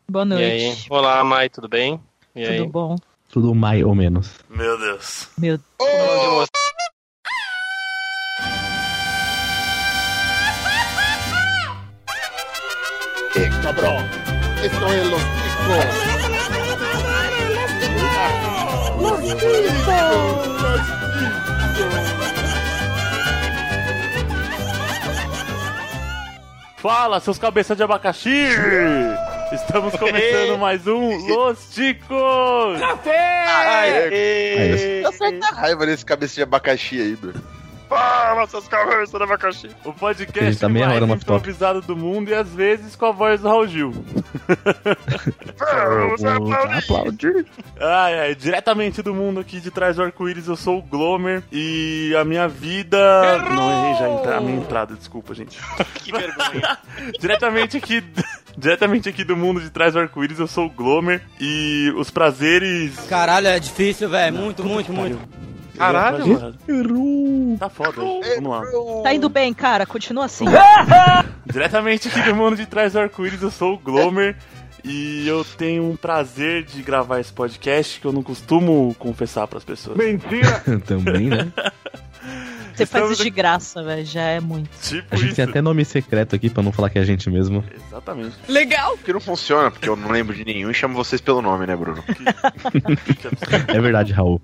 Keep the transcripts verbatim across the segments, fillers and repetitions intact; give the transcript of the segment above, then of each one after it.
Boa noite. E aí? Olá, Mai, tudo bem? E tudo aí? bom? Tudo mais ou menos. Meu Deus. Meu Deus. Oh! ¡Eh, cabrón! ¡Esto es Los Ticos! ¡Los Ticos! ¡Los Ticos! Fala, seus cabeças de abacaxi! Estamos começando mais um Los Ticos! Café! Aê. Eu sei da raiva desse cabeça de abacaxi aí, bro. Fala, seus cabeças de abacaxi! O Ele podcast tá meia mais hora no off-top. improvisado do mundo e às vezes com a voz do Raul Gil. Vamos aplaudir! Ai, ai, diretamente do mundo aqui de trás do arco-íris, eu sou o Glomer e a minha vida... Errou! Não errei já a, entra... a minha entrada, desculpa, gente. Que vergonha. diretamente aqui... Diretamente aqui do mundo de trás do arco-íris, eu sou o Glomer e os prazeres... Caralho, é difícil, velho. Muito, muito, muito. Caralho, mano. Errou. Tá foda, vamos lá. Tá indo bem, cara. Continua assim. Diretamente aqui do mundo de trás do arco-íris, eu sou o Glomer e eu tenho um prazer de gravar esse podcast que eu não costumo confessar pras pessoas. Mentira! Também, né? Você faz Estamos isso de graça, velho. Já é muito. Tipo A gente isso. tem até nome secreto aqui pra não falar que é a gente mesmo. Exatamente. Legal! Porque não funciona, porque eu não lembro de nenhum e chamo vocês pelo nome, né, Bruno? É verdade, Raul.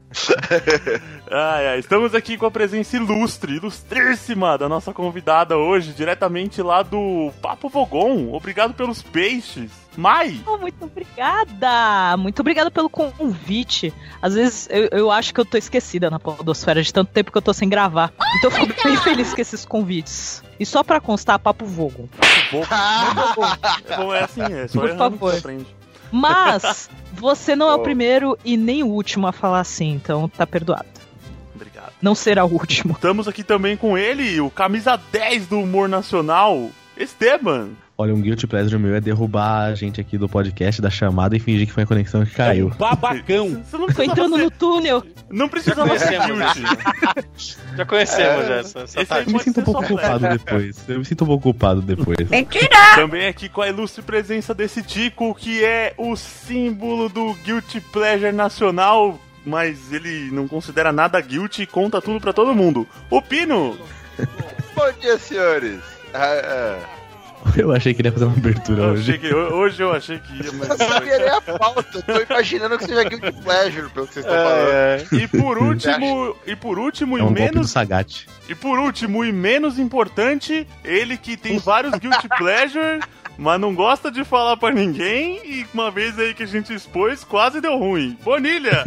Ai, ai, estamos aqui com a presença ilustre, ilustríssima da nossa convidada hoje, diretamente lá do Papo Vogon. Obrigado pelos peixes. Mai! Oh, muito obrigada! Muito obrigada pelo convite. Às vezes eu, eu acho que eu tô esquecida na podosfera de tanto tempo que eu tô sem gravar. Então eu fico bem feliz com esses convites. E só pra constar, Papo Vogon. Bom, bom, é assim, é só Por errando que favor. você aprende. Mas você não é o primeiro e nem o último a falar assim, então tá perdoado. Obrigado. Não será o último. Estamos aqui também com ele, o camisa dez do humor nacional, Esteban. Olha, um guilty pleasure meu é derrubar a gente aqui do podcast, da chamada e fingir que foi a conexão que caiu. Babacão! Você não Tô precisa entrando fazer- no túnel. Não precisa fazer conhecemos guilty. Já conhecemos já essa, essa Esse aí Eu me pode sinto um ser pouco só culpado leve. depois. Eu me sinto um pouco culpado depois. Também aqui com a ilustre presença desse Tico, que é o símbolo do Guilty Pleasure nacional, mas ele não considera nada guilty e conta tudo pra todo mundo. O Pino! Bom dia, senhores! Ah, ah. Eu achei que ele ia fazer uma abertura Eu hoje. achei que- hoje eu achei que ia, mas... Eu não sabia nem a pauta, tô imaginando que seja Guilty Pleasure, pelo que vocês estão falando. É, E por último, e por último É e um golpe do menos Sagat. E por último e menos importante, ele que tem vários guilty pleasure, mas não gosta de falar pra ninguém, e uma vez aí que a gente expôs, quase deu ruim. Bonilha!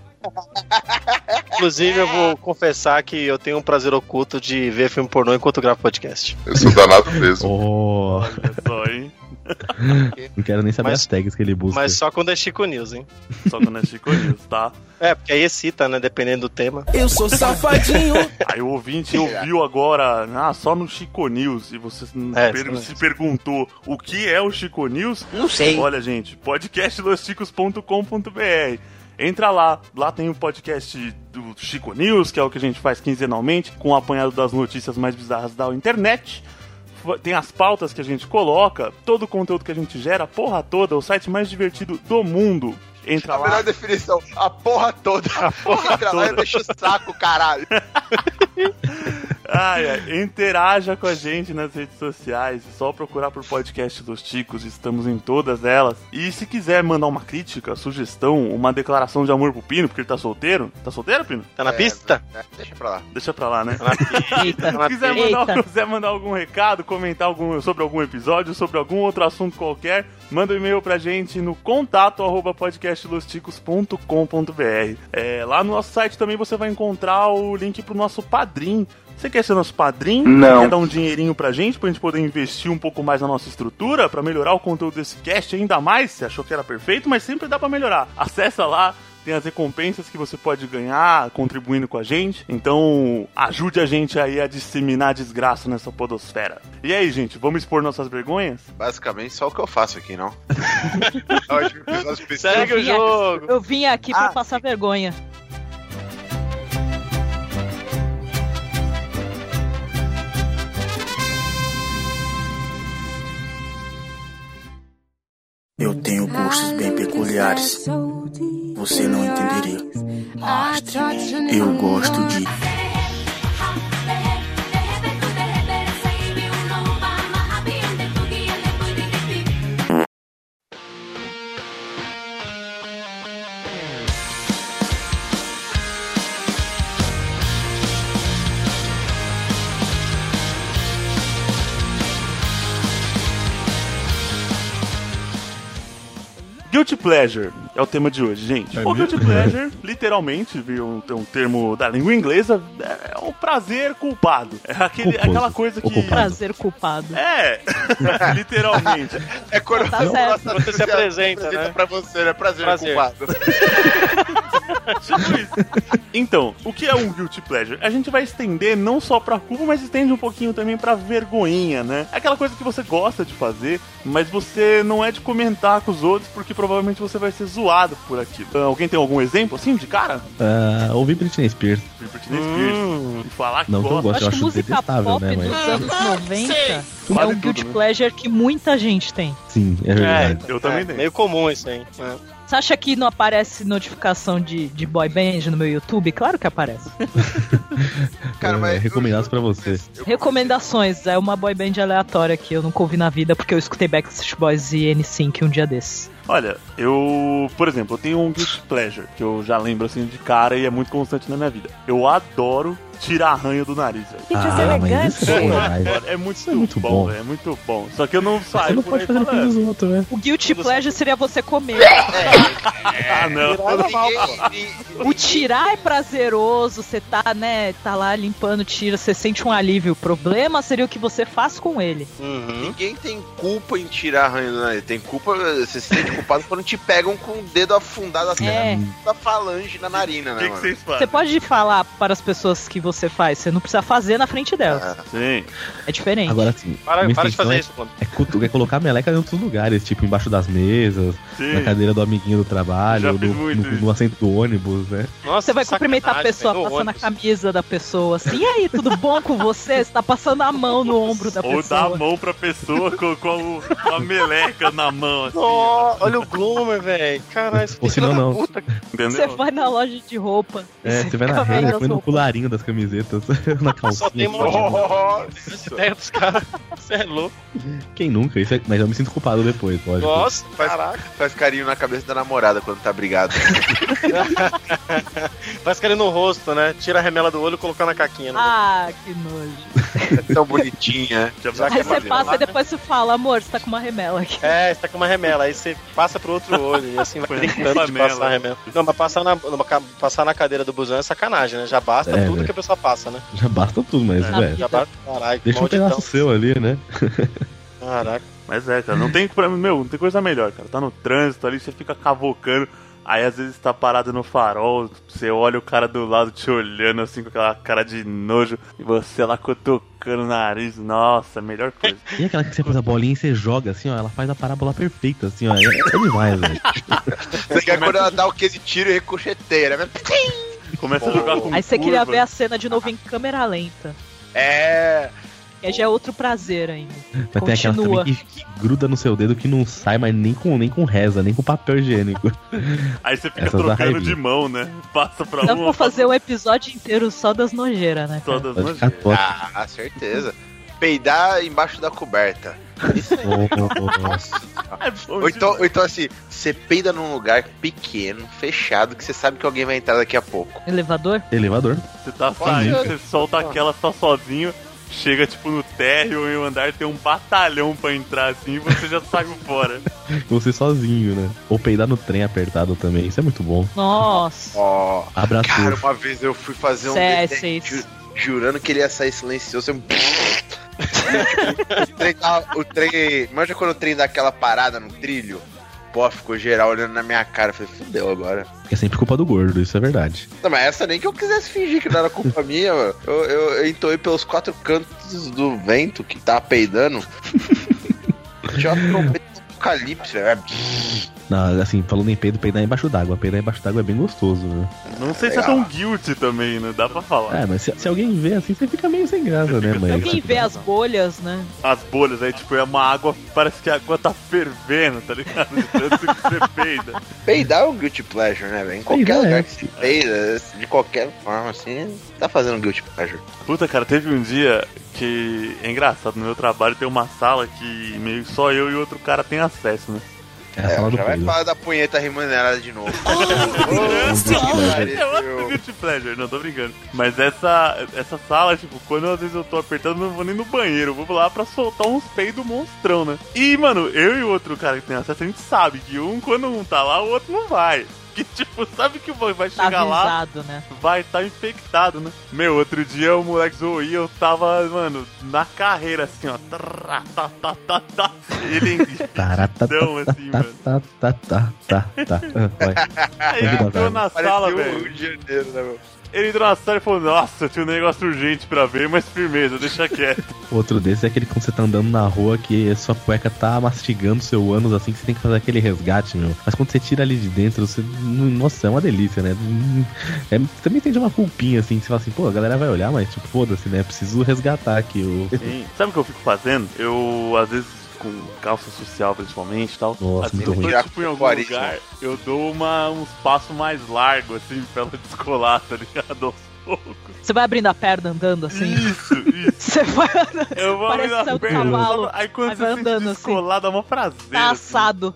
inclusive, eu vou confessar que eu tenho um prazer oculto de ver filme pornô enquanto gravo podcast. Eu sou danado mesmo. Oh, Olha só, hein? não quero nem saber Mas- as tags que ele busca. Mas só quando é Chico News, hein? Só quando é Chico News, tá? É, porque aí excita, né? Dependendo do tema. Eu sou safadinho! Aí o ouvinte ouviu agora, ah, só no Chico News, e você É, per- sim. se perguntou o que é o Chico News. Não sei. Olha, gente, podcast los chicos ponto com ponto b r. Entra lá, lá tem o podcast do Chico News, que é o que a gente faz quinzenalmente, com o apanhado das notícias mais bizarras da internet. F- Tem as pautas que a gente coloca, todo o conteúdo que a gente gera, a porra toda, o site mais divertido do mundo. Entra A lá. melhor definição, a porra toda. A porra Entra lá toda. e deixa o saco, caralho. Ai, ai, interaja com a gente nas redes sociais. É só procurar por podcast dos Ticos, estamos em todas elas. E se quiser mandar uma crítica, sugestão, uma declaração de amor pro Pino, porque ele tá solteiro. Tá solteiro, Pino? Tá na É, pista? é, deixa pra lá. Deixa pra lá, né? Tá na pista. Eita. Tá na Se quiser pista. mandar, Eita. quiser mandar algum recado, comentar algum, sobre algum episódio, sobre algum outro assunto qualquer, manda um e-mail pra gente no contato arroba podcast los ticos ponto com ponto b r. É, lá no nosso site também você vai encontrar o link pro nosso Padrim. Você quer ser nosso padrinho? Não. Quer dar um dinheirinho pra gente, pra gente poder investir um pouco mais na nossa estrutura, pra melhorar o conteúdo desse cast ainda mais? Você achou que era perfeito, mas sempre dá pra melhorar. Acessa lá, tem as recompensas que você pode ganhar contribuindo com a gente. Então, ajude a gente aí a disseminar a desgraça nessa podosfera. E aí, gente, vamos expor nossas vergonhas? Basicamente, só o que eu faço aqui, não? Ótimo, episódio especial. Segue o Eu vim jogo! Eu vim aqui pra Ah. passar vergonha. Eu tenho tenho gostos bem peculiares. Você não entenderia. Mas eu gosto de... Guilty Pleasure é o tema de hoje, gente. É o mesmo? Guilty Pleasure, literalmente, viu, um, um termo da língua inglesa, é um prazer culpado. É aquele, Culposo. aquela coisa que... Culpado. Prazer culpado. É, literalmente. É quando Tá certo. Você se apresenta, né? pra você, né? Prazer, Prazer. culpado. Tipo isso. Então, o que é um Guilty Pleasure? A gente vai estender não só pra culpa, mas estende um pouquinho também pra vergonhinha, né? É aquela coisa que você gosta de fazer, mas você não é de comentar com os outros, porque provavelmente você vai ser zoado por aquilo. Uh, alguém tem algum exemplo, assim, de cara? Ah, ouvi Britney Spears. Britney Spears. E falar que Não que eu gosta. gosto, eu Acho que acho música detestável, pop né? dos Mas... anos noventa é Quase um guilty tudo, né? pleasure que muita gente tem. Sim, é verdade. Eu também É, tenho. meio comum isso aí. É. Você acha que não aparece notificação de, de boy band no meu YouTube? Claro que aparece. Cara, mas É, recomendados pra você. eu- Recomendações, é uma boy band aleatória que eu nunca ouvi na vida porque eu escutei Backstreet Boys e N Sync um dia desses. Olha, eu, por exemplo, eu tenho um guilty pleasure que eu já lembro assim de cara e é muito constante na minha vida. Eu adoro tirar arranho do nariz, velho. Ah, mas isso é bom demais. É muito, Isso é muito bom, bom. velho, é muito bom. Só que eu não saio Você não por pode aí fazer no falando. filho dos outros, né? O guilty pleasure seria você comer. Ah, não. Ninguém- O tirar é prazeroso, você tá, né, tá lá limpando, tira, você sente um alívio. O problema seria o que você faz com ele. Uhum. Ninguém tem culpa em tirar arranho do nariz. Tem culpa, você se sente culpado quando te pegam com o dedo afundado até É. da falange na narina, O né, que, que mano? vocês Você fazem? pode falar para as pessoas que você faz, você não precisa fazer na frente delas. Sim. É diferente. Agora sim, Para, minha para de intenção fazer é, isso, mano. é, cutu- é colocar a meleca em outros lugares, tipo embaixo das mesas, Sim. na cadeira do amiguinho do Já trabalho, no, fiz muito no- isso. no assento do ônibus, né? Nossa, Você vai que cumprimentar a sacanagem, pessoa, velho, no passando a ônibus. camisa da pessoa, assim, e aí, tudo bom com você? Você tá passando a mão no ombro da Ou dá a pessoa. mão pra pessoa com, com, o- com a meleca na mão, assim. Ó, olha o Gloomer, velho. Caralho, esse Ou filho senão da não. puta. Entendeu? Você vai na loja de roupa. e É, você vai na fica vendo rede, as põe no roupas. colarinho das camisetas, na calcinha. Só tem mão de Essa ideia dos caras. Você é louco. Quem nunca? Isso é- Mas eu me sinto culpado depois, lógico. Nossa, Faz, caraca. faz carinho na cabeça da namorada quando tá brigado. Faz carinho no rosto, né? Tira a remela do olho e colocar na caquinha. Né? Ah, que nojo. É tão bonitinha. Já Já Aí que é você maneiro, passa né? e depois você fala, amor, você tá com uma remela aqui. É, você tá com uma remela, aí você passa pro outro olho e assim vai Põe brincando de panela. passar a remela. Não, mas passar na, numa ca- passar na cadeira do busão é sacanagem, né? Já basta É, tudo né? que a pessoa passa, né? Já basta tudo, mas, É. velho. Já basta. Caralho, que Deixa um malditão. pedaço seu ali, né? Caraca. Mas é, cara, não tem, pra- meu, não tem coisa melhor, cara. Tá no trânsito ali, você fica cavocando. Aí às vezes tá parado no farol, você olha o cara do lado te olhando assim com aquela cara de nojo e você lá cutucando o nariz. Nossa, melhor coisa. E aquela que você faz a bolinha e você joga assim, ó, ela faz a parábola perfeita, assim, ó. É, é demais, velho. Você quer quando ela dá aquele tiro e ricocheteia, né? Começa a jogar com Aí você queria curva. ver a cena de novo em câmera lenta. É. Que já é outro prazer ainda. Mas tem aquela Continua. também que, que gruda no seu dedo que não sai, mas nem com, nem com reza, nem com papel higiênico. Aí você fica Essas dá trocando raivinha. de mão, né? Passa pra Dá uma, pra fazer um episódio inteiro só das nojeiras, né? cara? todas Pode nós. ficar top. Ah, certeza. Peidar embaixo da coberta. Isso aí. Nossa. É bom Ou então, demais. ou então assim, você peida num lugar pequeno, fechado, que você sabe que alguém vai entrar daqui a pouco. Elevador? Elevador. Você tá saindo, você solta aquela só sozinho, chega tipo no térreo e o andar tem um batalhão pra entrar assim e você já saiu fora. Você sozinho, né? Ou peidar no trem apertado também, isso é muito bom. Nossa. Ó, Abraço. cara, uma vez eu fui fazer um Sé, desenho, seis. ju- jurando que ele ia sair silencioso. Eu... o, trem, tava- o trem. Manja quando o trem dá aquela parada no trilho? Pô, ficou geral olhando na minha cara. Eu falei, fudeu agora. É sempre culpa do gordo, isso é verdade. Não, mas essa nem que eu quisesse fingir que não era culpa minha, mano. Eu, eu, eu entoei pelos quatro cantos do vento que tava peidando. Tinha uma trombeta do apocalipse, velho. Não, assim, falando em peido, peidar embaixo d'água. Peidar embaixo d'água é bem gostoso, né? Não sei se é tão guilty também, né? Dá pra falar. É, mas se, se alguém vê assim, você fica meio sem graça, né? Mas, Alguém vê as bolhas, né? As bolhas aí, tipo, é uma água, parece que a água tá fervendo, tá ligado? De tanto que você peida. Peidar é um guilty pleasure, né, velho? Em qualquer Peidar lugar é. que se peida, de qualquer forma, assim, tá fazendo guilty pleasure. Puta, cara, teve um dia que é engraçado, no meu trabalho tem uma sala que meio que só eu e outro cara tem acesso, né? É a sala É, do já vai peido. falar da punheta rimando nela de novo. É outro guilty pleasure, não tô brincando. Mas essa, essa sala, tipo, quando às vezes eu tô apertando, eu não vou nem no banheiro, eu vou lá pra soltar uns peidos monstrão, né? E, mano, eu e o outro cara que tem acesso, a gente sabe que um, quando um tá lá, o outro não vai. Que, tipo, sabe que vai Tá chegar lá, avisado, né? vai estar tá infectado, né? Meu, outro dia o moleque zoou e eu tava, mano, na carreira, assim, ó. Tá, tá, tá, tá, tá. Ele Taratão, assim, tá, mano. tá, tá, tá, tá, tá. Ah, vai. Aí ele entrou na sala, Parecia o velho. Rio de Janeiro, né, meu? Ele entrou na sala e falou, nossa, tinha um negócio urgente pra ver, mas firmeza, deixa quieto. Outro desses é aquele quando você tá andando na rua que sua cueca tá mastigando seu ânus, assim, que você tem que fazer aquele resgate, meu. Mas quando você tira ali de dentro, você... Nossa, é uma delícia, né? É, também tem de uma culpinha, assim, que você fala assim, pô, a galera vai olhar, mas tipo, foda-se, né? Preciso resgatar aqui o... Sim. Sabe o que eu fico fazendo? Eu, às vezes, com calça social principalmente e tal, Nossa, assim, muito eu tô, ruim. tipo, em algum Quaresma. lugar, eu dou uma, uns passos mais largos, assim, pra ela descolar, tá ligado? Aos poucos. Você vai abrindo a perna andando assim? Isso, isso. Você vai andando. Eu vou Parece abrir que a é um perna, cavalo. aí quando Aí você vai sente andando assim. descolar, dá uma prazer. Tá assim. assado.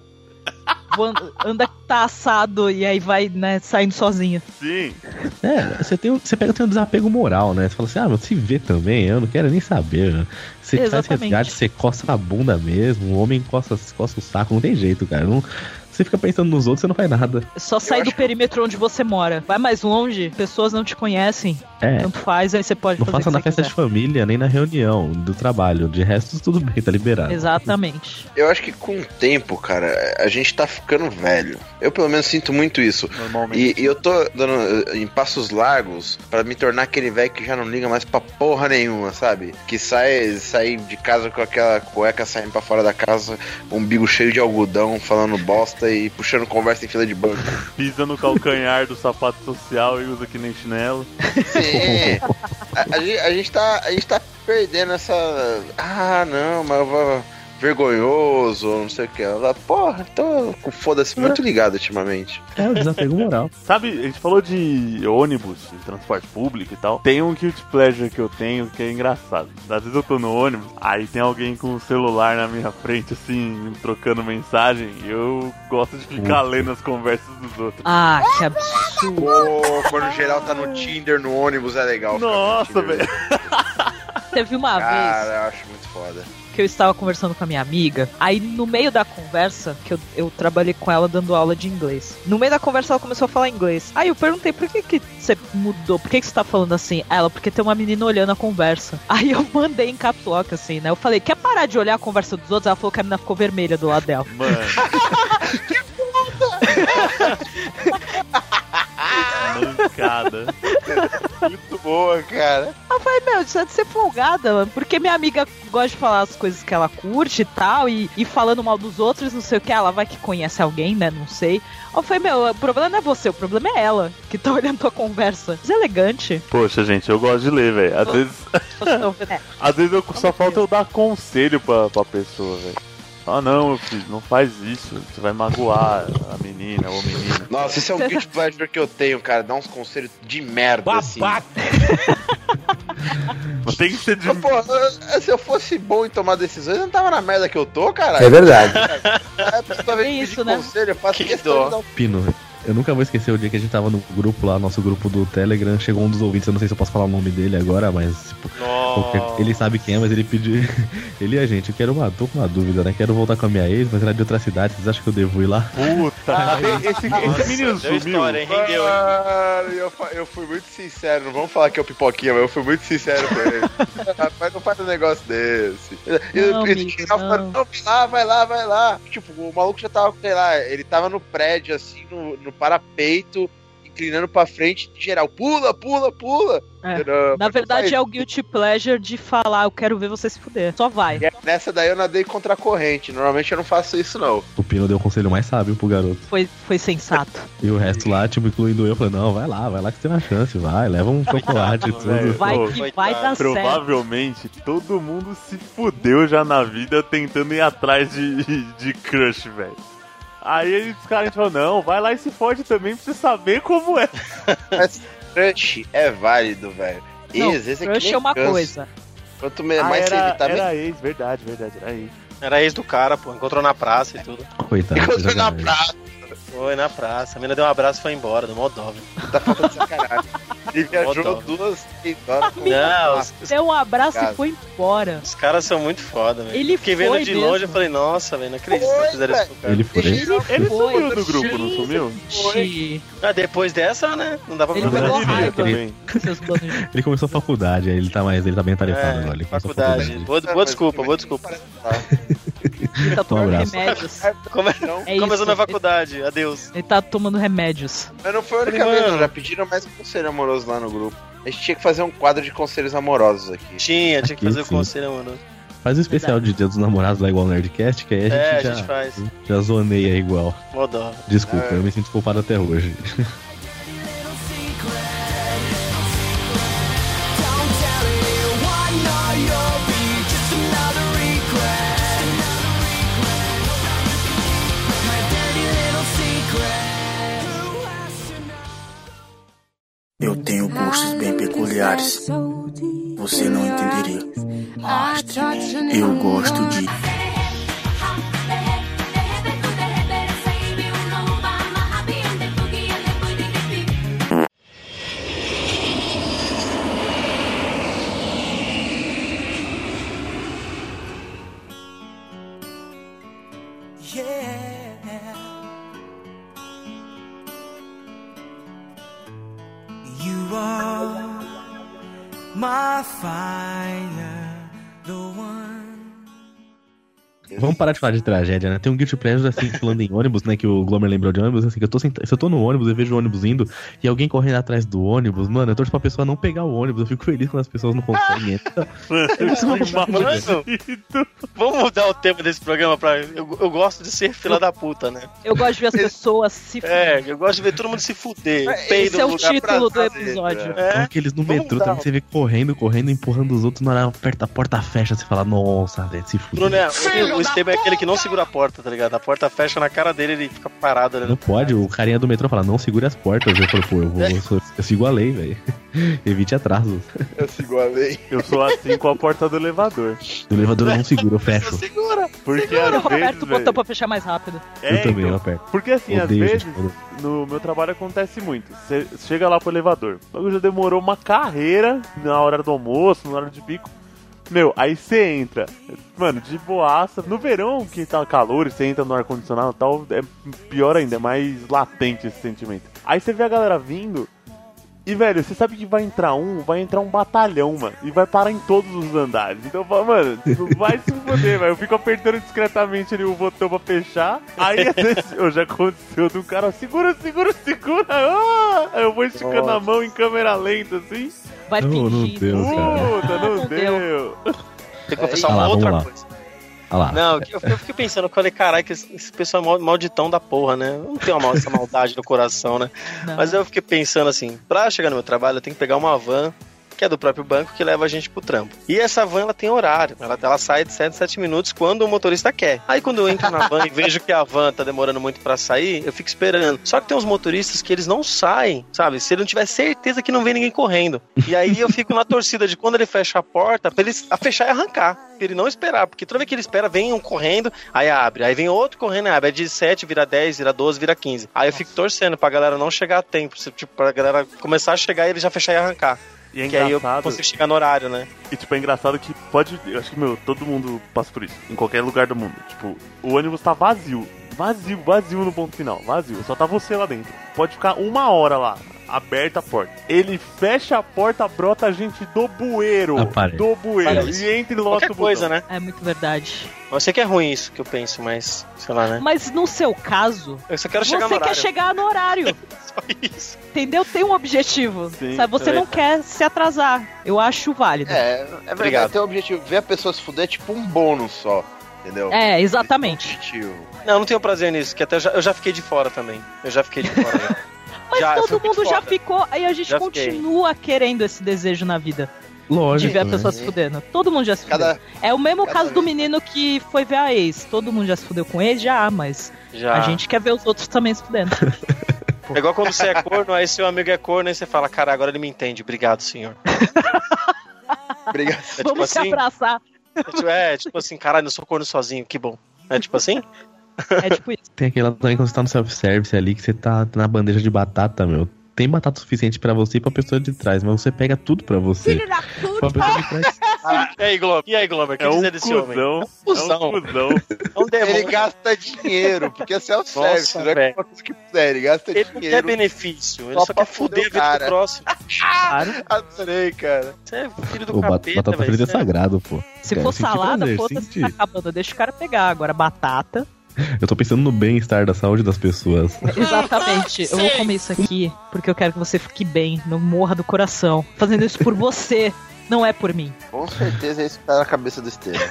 Vou- Anda tá assado e aí vai, né, saindo sozinho. Sim. É, você, tem, um- você pega tem um desapego moral, né? Você fala assim, ah, mas se vê também, eu não quero nem saber. Né? Você faz Exatamente. resgate, você coça a bunda mesmo, o homem coça, coça o saco, não tem jeito, cara. Não, você fica pensando nos outros, você não faz nada. Só sai do acho que- perímetro onde você mora. Vai mais longe, pessoas não te conhecem. É, Tanto faz, aí você pode não fazer faça o que na você festa quiser. de família, nem na reunião do trabalho. De resto, tudo bem, tá liberado. Exatamente. Eu acho que com o tempo, cara, a gente tá ficando velho. Eu pelo menos sinto muito isso. Normalmente. E, e eu tô dando eh, em passos largos pra me tornar aquele velho que já não liga mais pra porra nenhuma, sabe? Que sai, sai de casa com aquela cueca saindo pra fora da casa, umbigo cheio de algodão, falando bosta e puxando conversa em fila de banco. Pisa no calcanhar do sapato social e usa que nem chinelo. Sim. A, a gente, a gente tá, a gente tá perdendo essa. Ah, não, mas eu vou. Vergonhoso, não sei o que. Ela, porra, tô com foda-se muito ligado ultimamente. É o desapego moral. Sabe, a gente falou de ônibus, de transporte público e tal. Tem um guilty pleasure que eu tenho que é engraçado. Às vezes eu tô no ônibus, aí tem alguém com o celular na minha frente, assim, trocando mensagem, e eu gosto de ficar lendo as conversas dos outros. Ah, que absurdo. Pô, quando geral tá no Tinder, no ônibus, é legal. ficar no Nossa, Tinder. velho. Teve uma vez Cara, eu acho muito foda. que eu estava conversando com a minha amiga. Aí no meio da conversa, que eu, eu trabalhei com ela dando aula de inglês. No meio da conversa ela começou a falar inglês. Aí eu perguntei, por que que você mudou? Por que que você tá falando assim? Ela, porque tem uma menina olhando a conversa. Aí eu mandei em caps lock, assim, né? Eu falei, quer parar de olhar a conversa dos outros? Ela falou que a menina ficou vermelha do lado dela. Mano. Mancada. Muito boa, cara. Eu falei, meu, isso é de ser folgada, mano. Porque minha amiga gosta de falar as coisas que ela curte e tal, e, e falando mal dos outros, não sei o que. Ela vai que conhece alguém, né? Não sei. Eu falei, meu, o problema não é você, o problema é ela que tá olhando tua conversa. Deselegante. Poxa, gente, eu gosto de ler, velho. Às vezes, É. às vezes eu, só falta eu dar conselho pra, pra pessoa, velho. Ah, não, meu filho, não faz isso. Você vai magoar a menina ou o menino. Nossa, esse é um guilty pleasure que eu tenho, cara. Dá uns conselhos de merda, assim. Mas tem que ser de... Mas, pô, eu- se eu fosse bom em tomar decisões, eu não tava na merda que eu tô, cara. É verdade. É, toda vez É que isso, pedir né? conselho, eu faço Que questão dó. de dar um... Pino, eu nunca vou esquecer o dia que a gente tava no grupo lá, nosso grupo do Telegram. Chegou um dos ouvintes, eu não sei se eu posso falar o nome dele agora, mas tipo, porque ele sabe quem é, mas ele pediu. Ele e a gente, eu quero uma, tô com uma dúvida, né? Quero voltar com a minha ex, mas ela é de outra cidade, vocês acham que eu devo ir lá? Puta, esse, esse menino Deu sumiu. história, hein? Rendeu, hein? Mano, eu, fa- eu fui muito sincero, não vamos falar que é o Pipoquinha, mas eu fui muito sincero com ele. Rapaz, não faz um negócio desse. Eu, Não, eu, amigo, eu tava falando, não. não, vai lá, vai lá, vai lá. Tipo, o maluco já tava, sei lá, ele tava no prédio, assim, no, no parapeito, inclinando pra frente, geral, pula, pula, pula. É. Não, Na verdade faz. é o guilty pleasure de falar, eu quero ver você se fuder. Só vai. E nessa daí eu nadei contra a corrente. Normalmente eu não faço isso, não. O Pino deu o conselho mais sábio pro garoto. Foi, foi sensato. E o resto lá, tipo, incluindo eu, falei, não, vai lá, vai lá que você tem uma chance, vai, leva um chocolate e tudo. Vai Pô, que vai dar certo. Provavelmente todo mundo se fudeu já na vida tentando ir atrás de, de crush, velho. Aí os caras falam, não, vai lá e se fode também pra você saber como é. Mas crush é válido, velho. Não, Ex, esse crush aqui é uma cansa. coisa. Quanto mais Ah, você era, evitar, era ex, verdade, verdade, era ex. Era ex do cara, pô. Encontrou na praça e tudo. Coitado. encontrou na sacanagem. praça. Foi na praça. A mina deu um abraço e foi embora, do mó dó, velho. Tá falta de sacanagem. Ele viajou Botão. duas, três horas com Não, os, Deu um abraço Cara. e foi embora. os caras são muito foda, velho. Ele Fiquei foi vendo de mesmo. longe e falei, nossa, velho, não acredito que Foi, fizeram isso com o cara. Ele foi. Ele Foi. sumiu do grupo, não sumiu? Gente, Ah, depois dessa, né? Não dá pra Ele procurar. pegou Ele raiva. também. seus planos de... Ele começou a faculdade, aí ele tá mais, ele tá bem atarefado É, agora. Ele começou a faculdade. Boa, boa desculpa, boa desculpa. Ele tá tomando abraço. remédios. Come... É Começou isso. na faculdade, adeus. Ele tá tomando remédios. Mas não foi a única Mano. vez, não. Já pediram mais conselho amoroso lá no grupo. A gente tinha que fazer um quadro de conselhos amorosos aqui. Tinha, tinha que fazer o Sim. conselho, mano. Faz o especial de Dia dos Namorados lá igual o Nerdcast, que aí a gente, É, a já, gente faz. já zoneia igual. Mó dó. Desculpa, É. eu me sinto culpado até hoje. Eu tenho gostos bem peculiares. Você não entenderia. Mas eu gosto de. You are my fire, the one. Vamos parar de falar de tragédia, né? Tem um guilty pleasure, assim, falando em ônibus, né? Que o Glomer lembrou de ônibus, assim, que eu tô senta... se eu tô no ônibus e vejo o ônibus indo e alguém correndo atrás do ônibus, mano, eu torço pra pessoa não pegar o ônibus. Eu fico feliz quando as pessoas não conseguem. Então, Mano, vamos mudar o tema desse programa pra. Eu, eu gosto de ser fila da puta, né? Eu gosto de ver as pessoas se É, eu gosto de ver todo mundo se fuder. Peido Esse é no o lugar título do pra fazer. episódio. É. Como aqueles no Vamos metrô dar. também, você vê correndo, correndo, empurrando os outros, na hora aperta a porta fecha, você fala, nossa, velho, se fuder. Bruno, é, o, o Esteban é aquele que não segura a porta, tá ligado? A porta fecha na cara dele e ele fica parado, né? Não pode, o carinha do metrô fala, não segure as portas. Eu falo, pô, eu, vou, eu, sou- eu sigo a lei, velho. Evite atrasos. Eu sigo a lei. Eu sou assim com a porta do elevador. O elevador eu não segura, eu fecho. Segura! Porque Eu às vezes, aperto o botão velho, pra fechar mais rápido. é, eu também, então, eu aperto. Porque assim, às Odeio vezes, gente falando. no meu trabalho acontece muito. Você chega lá pro elevador. O bagulho já demorou uma carreira na hora do almoço, na hora de bico. Meu, aí você entra, mano, de boaça. No verão, que tá calor e você entra no ar-condicionado e tal, é pior ainda, é mais latente esse sentimento. Aí você vê a galera vindo e, velho, você sabe que vai entrar um, vai entrar um batalhão, mano, e vai parar em todos os andares. Então, eu falo, mano, vai se foder, velho. Eu fico apertando discretamente ali o botão pra fechar. Aí, às vezes, oh, já aconteceu do cara, segura, segura, segura. Ah! Aí eu vou esticando a mão em câmera lenta, assim. Vai Não, não fingindo. deu, cara. Puta, não Não deu. Tem que confessar Ah lá, uma vamos outra lá. coisa. Olha lá. Não, eu, eu fiquei pensando, eu falei, caralho, que esse, esse pessoal é mal- malditão da porra, né? Eu não tenho uma, essa maldade no coração, né? Não. Mas eu fiquei pensando assim, pra chegar no meu trabalho, eu tenho que pegar uma van que é do próprio banco, que leva a gente pro trampo. E essa van, ela tem horário. Ela, ela sai de sete em sete minutos quando o motorista quer. Aí quando eu entro na van e vejo que a van tá demorando muito pra sair, eu fico esperando. Só que tem uns motoristas que eles não saem, sabe? Se ele não tiver certeza que não vem ninguém correndo. E aí eu fico na torcida de quando ele fecha a porta, pra ele a fechar e arrancar. Pra ele não esperar. Porque toda vez que ele espera, vem um correndo, aí abre. Aí vem outro correndo e abre. Aí de sete vira dez, vira doze, vira quinze. Aí eu fico torcendo pra galera não chegar a tempo. Tipo, pra galera começar a chegar e ele já fechar e arrancar. E é Que aí eu engraçado. consigo chegar no horário, né? E, tipo, é engraçado que pode... Eu acho que, meu, todo mundo passa por isso. Em qualquer lugar do mundo. Tipo, o ônibus tá vazio. Vazio, vazio no ponto final. Vazio. Só tá você lá dentro. Pode ficar uma hora lá. aberta a porta. Ele fecha a porta, brota a gente do bueiro. Apare. Do bueiro. Parece. E entra e lota Qualquer o coisa, botão. né? É muito verdade. Eu sei que é ruim isso que eu penso, mas sei lá, né? Mas no seu caso, Eu só quero chegar no você quer horário. chegar no horário. Só isso. Entendeu? Tem um objetivo. Sim, sabe? Você é. não quer se atrasar. Eu acho válido. É, é verdade. Obrigado. Ter o objetivo, ver a pessoa se fuder é tipo um bônus só. Entendeu? É, exatamente. Objetivo. Não, eu não tenho prazer nisso, que até eu já, eu já fiquei de fora também. Eu já fiquei de fora. já. Mas Já, eu todo fui mundo muito já foda. ficou, aí a gente Já fiquei. continua querendo esse desejo na vida. De Lógico, ver a né? pessoa se fudendo. Todo mundo já se fudeu. Cada, É o mesmo cada caso do vez menino que foi ver a ex. Todo mundo já se fudeu com ele, já, mas Já. a gente quer ver os outros também se fudendo. É igual quando você é corno, aí seu amigo é corno, aí você fala, cara, agora ele me entende. Obrigado, senhor. Obrigado. É tipo Vamos se assim? abraçar. É tipo, é, tipo assim, caralho, eu sou corno sozinho, que bom. É tipo assim? É tipo isso. Tem aquela também quando você tá no self-service ali, que você tá na bandeja de batata, meu. Tem batata suficiente pra você e pra pessoa de trás, mas você pega tudo pra você. Filho da Pra puta! pessoa de trás. E aí, Glomer? E aí, Glomer? O que É um dizer desse homem? cuzão. É um cuzão. É um cuzão. É um demônio. Ele gasta dinheiro, porque é self-service, Nossa, não é velho. qualquer coisa que puder, ele gasta Ele não quer dinheiro. benefício, ele Só só, pra quer fuder fuder a o vida cara. do próximo. Claro. Adorei, cara. Você é filho do Pô, bat- capeta, batata velho. frita é Você é- sagrado, pô. Se Cara, for senti salada, prazer, foda-se, senti. tá acabando. Deixa o cara pegar. Agora, batata. Eu tô pensando no bem-estar da saúde das pessoas. Exatamente. Eu vou comer isso aqui porque eu quero que você fique bem, não morra do coração. Fazendo isso por você, não é por mim. Com certeza é isso que tá na cabeça do Estevam.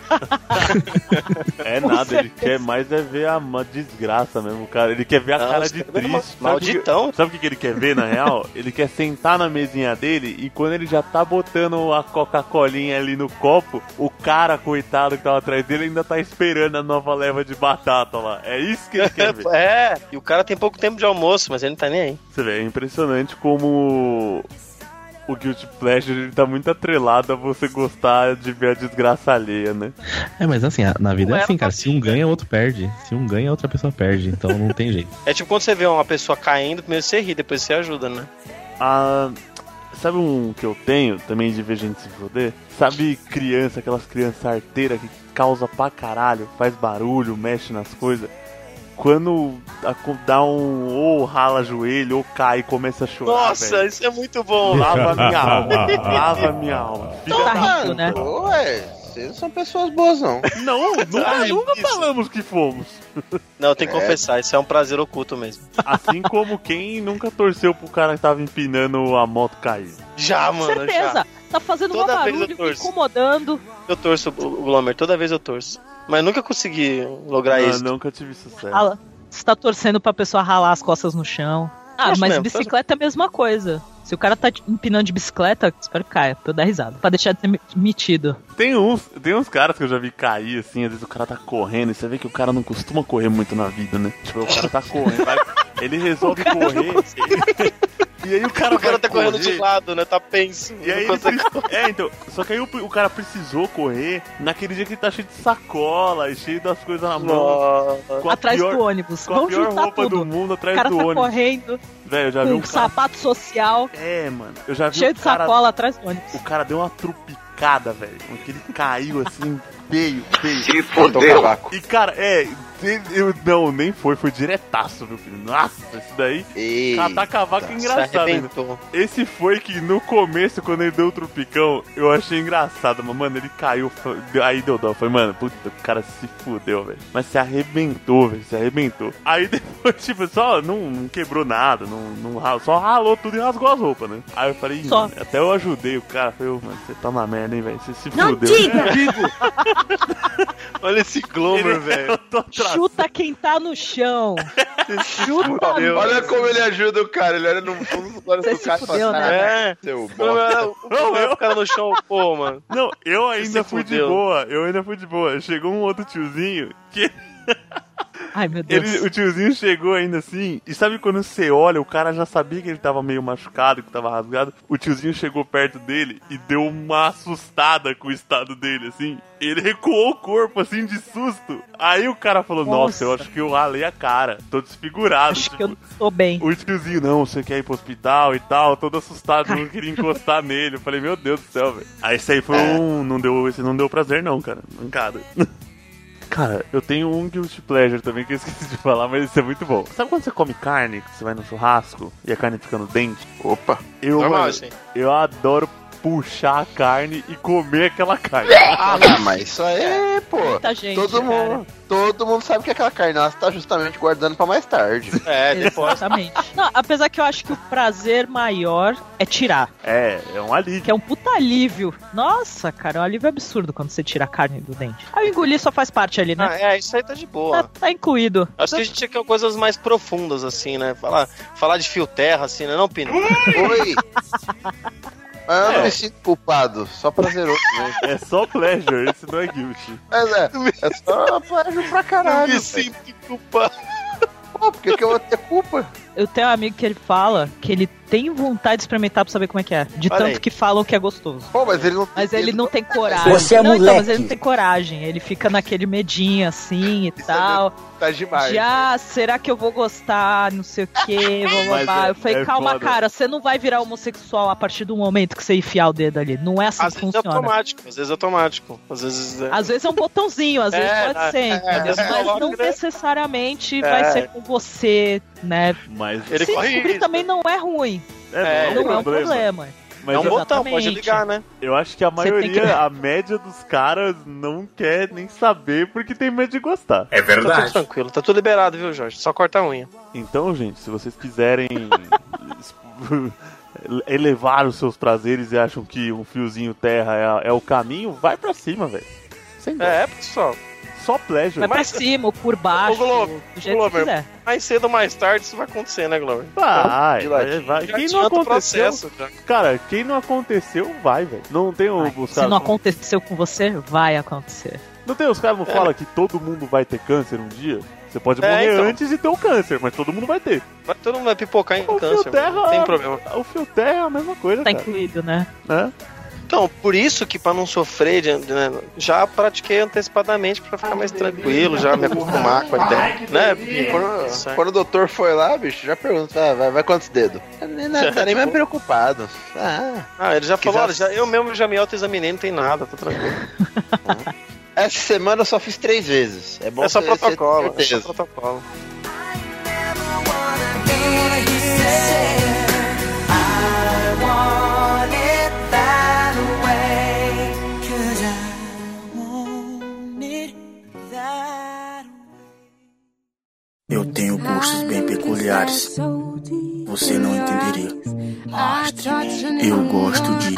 É Com nada, ele certeza. quer mais é ver a uma desgraça mesmo, cara. Ele quer ver a Não, cara você de tá vendo triste. uma- malditão. Sabe, o que- sabe o que que ele quer ver, na real? Ele quer sentar na mesinha dele e quando ele já tá botando a Coca-Colinha ali no copo, o cara, coitado, que tava atrás dele, ainda tá esperando a nova leva de batata lá. É isso que ele quer ver. É, e o cara tem pouco tempo de almoço, mas ele não tá nem aí. Você vê, é impressionante como o Guilty Pleasure ele tá muito atrelado a você gostar de ver a desgraça alheia, né? É, mas assim, a- na vida Não é é assim, uma cara. Se um ganha, o outro perde. Se um ganha, a outra pessoa perde. Então não tem jeito. É tipo quando você vê uma pessoa caindo, primeiro você ri, depois você ajuda, né? Ah, sabe um que eu tenho também de ver gente se foder? Sabe criança, aquelas crianças arteiras que causa pra caralho, faz barulho, mexe nas coisas? Quando a- dá um ou rala joelho ou cai e começa a chorar, Nossa, velho. isso é muito bom. Lava minha alma, lava minha alma. Fica Tá rindo, né? Ué, vocês não são pessoas boas, não. Não, nunca, Ai, nunca isso. falamos que fomos. Não, tem que É. confessar, isso é um prazer oculto mesmo. Assim como quem nunca torceu pro cara que tava empinando a moto cair. Já, mano, Certeza. já. Tá fazendo um Toda vez eu barulho, torço. incomodando. Eu torço o Glomer, toda vez eu torço. Mas nunca consegui lograr Ah, isso. nunca tive sucesso. Ah, Você tá torcendo pra pessoa ralar as costas no chão. Ah, Acho mas mesmo, bicicleta é a mesma coisa. Se o cara tá empinando de bicicleta, espero que caia, pra eu dar risada. Pra deixar de ser metido. Tem uns, tem uns caras que eu já vi cair, assim, às vezes o cara tá correndo e você vê que o cara não costuma correr muito na vida, né? Tipo, o cara tá correndo, vai- ele resolve correr. E aí o cara, O cara vai tá correndo correr, de lado, né? Tá penso. E aí Não ele consegue- pre- É, então, só que aí o, o cara precisou correr naquele dia que ele tá cheio de sacola e cheio das coisas na mão. Nossa. Com a Atrás pior, do ônibus. com a Vamos pior juntar roupa tudo. do mundo O atrás cara do tá ônibus. correndo Velho, eu já vi com um um cara... sapato social, É, mano, eu já vi cheio um de cara... sacola atrás do ônibus. O cara deu uma trupicada, velho. Que ele caiu assim, feio, feio. Se fodeu. E, cara, é... Eu, não, nem foi, foi diretaço, meu filho. Nossa, isso daí... Eita. Catar cavaco é Se engraçado ainda. arrebentou. Esse foi que no começo, quando ele deu o trupicão, eu achei engraçado, mas, mano, ele caiu, foi- aí deu dó. Foi, mano, puta, o cara se fudeu, velho. Mas se arrebentou, velho, se arrebentou. Aí depois, tipo, só não, não quebrou nada, não, não ralou, só ralou tudo e rasgou as roupas, né? Aí eu falei, Só. mano, até eu ajudei o cara, falei, ô, mano, você tá na merda, hein, velho, você se Não fudeu. diga! Olha esse Glomer, Ele- velho. Eu tô atrás. Chuta quem tá no chão. Chuta. fudeu. Olha como ele ajuda o cara, ele olha no fundo dos olhos Você do se cara e fala fudeu, assim, né? "Ah, É. seu O bosta." Glomer, o cara no chão, pô, mano. Não, eu Você ainda se fui de fudeu. boa, eu ainda fui de boa. Chegou um outro tiozinho que... Ai, meu Deus. Ele, o tiozinho chegou ainda assim, e sabe quando você olha, o cara já sabia que ele tava meio machucado, que tava rasgado. O tiozinho chegou perto dele e deu uma assustada com o estado dele, assim. Ele recuou o corpo, assim, de susto. Aí o cara falou, nossa, Nossa. eu acho que eu ralei a cara, tô desfigurado. Acho tipo, que eu não tô bem. O tiozinho, não, você quer ir pro hospital e tal, todo assustado, não queria encostar nele. Eu falei, meu Deus do céu, velho. Aí esse aí foi um, não deu, esse não deu prazer não, cara, mancada. Cara, eu tenho um guilty pleasure também que eu esqueci de falar, mas isso é muito bom. Sabe quando você come carne, que você vai no churrasco e a carne fica no dente? Opa. Eu, Normal, mano, assim. eu adoro puxar a carne e comer aquela carne. Ah, não, mas isso aí é, pô. Muita gente, todo mundo, todo mundo sabe que aquela carne ela tá justamente guardando pra mais tarde. É, depois. Exatamente. Não, apesar que eu acho que o prazer maior é tirar. É, é um alívio. Que é um puta alívio. Nossa, cara, é um alívio absurdo quando você tira a carne do dente. Aí o engolir só faz parte ali, né? Ah, é, isso aí tá de boa. Tá, tá incluído. Acho que a gente quer coisas mais profundas, assim, né? Falar, falar de fio terra, assim, né? Não, Pino? Oi! Mas eu É. não me sinto culpado, só prazeroso mesmo. É só pleasure, esse não é guilty. Mas é, é só plágio pra caralho. Não me velho. sinto culpado. Pô, por que, que eu vou ter culpa? Eu tenho um amigo que ele fala que ele tem vontade de experimentar pra saber como é que é. De Olha tanto aí. que falam que é gostoso. Pô, mas ele não tem. Mas ele não tem coragem. Você é não, então, mas moleque. ele não tem coragem. Ele fica naquele medinho assim e tal. Tá demais. De, ah, será que eu vou gostar? Não sei o quê. Blá, blá, Mas blá. é- Eu falei, é calma, foda. cara, você não vai virar homossexual a partir do momento que você enfiar o dedo ali. Não é assim Às que vezes é funciona. automático, às vezes é automático. Às vezes é... Às vezes é um botãozinho, às vezes É, pode ser, é, entendeu? é, Mas não né? necessariamente É. vai ser com você, né? Mas Ele Se corre descobrir risco. também não é ruim. é, É, não, Não é um problema. Mas é um eu, botão, Exatamente. pode ligar, né? eu acho que a Você tem maioria, que- a média dos caras não quer nem saber porque tem medo de gostar. É Tá tudo verdade. tranquilo, tá tudo liberado, viu, Jorge? Só corta a unha. Então, gente, se vocês quiserem elevar os seus prazeres e acham que um fiozinho terra é, é o caminho, vai pra cima, velho. Sem dó. É, pessoal. Só pleasure. Vai pra Mas- cima ou por baixo, Ô, Globo, do jeito Globo, que quiser. Mais cedo ou mais tarde isso vai acontecer, né, Glover? Vai, De vai, ladinho. vai. Já Quem não adianta o aconteceu, processo, já. cara, quem não aconteceu, vai, velho. Não tem o, Vai. os Se caras. não aconteceu com você, vai acontecer. Não tem os caras não É. falam que todo mundo vai ter câncer um dia? Você pode É, morrer então. antes de ter o câncer, mas todo mundo vai ter. Vai, todo mundo vai pipocar em O câncer, fio terra, mano. Não tem problema. O fio terra é a mesma coisa, Tá cara. incluído, né? Né? Então, por isso que pra não sofrer, de- de- né, já pratiquei antecipadamente pra ficar mais tranquilo, já me acostumar com a ideia, né? Quando, Certo. quando o doutor foi lá, bicho, já pergunta, ah, vai, vai quantos dedos? Nem, não, tá nem mais preocupado. Ah, Ah, ele já falou, Quiser- olha, já, eu mesmo já me autoexaminei, não tem nada, tá tranquilo. essa semana eu só fiz três vezes. É bom É só você- você ter protocolo, é só certeza. protocolo. Eu tenho gostos bem peculiares. Você não entenderia. Mas eu gosto de.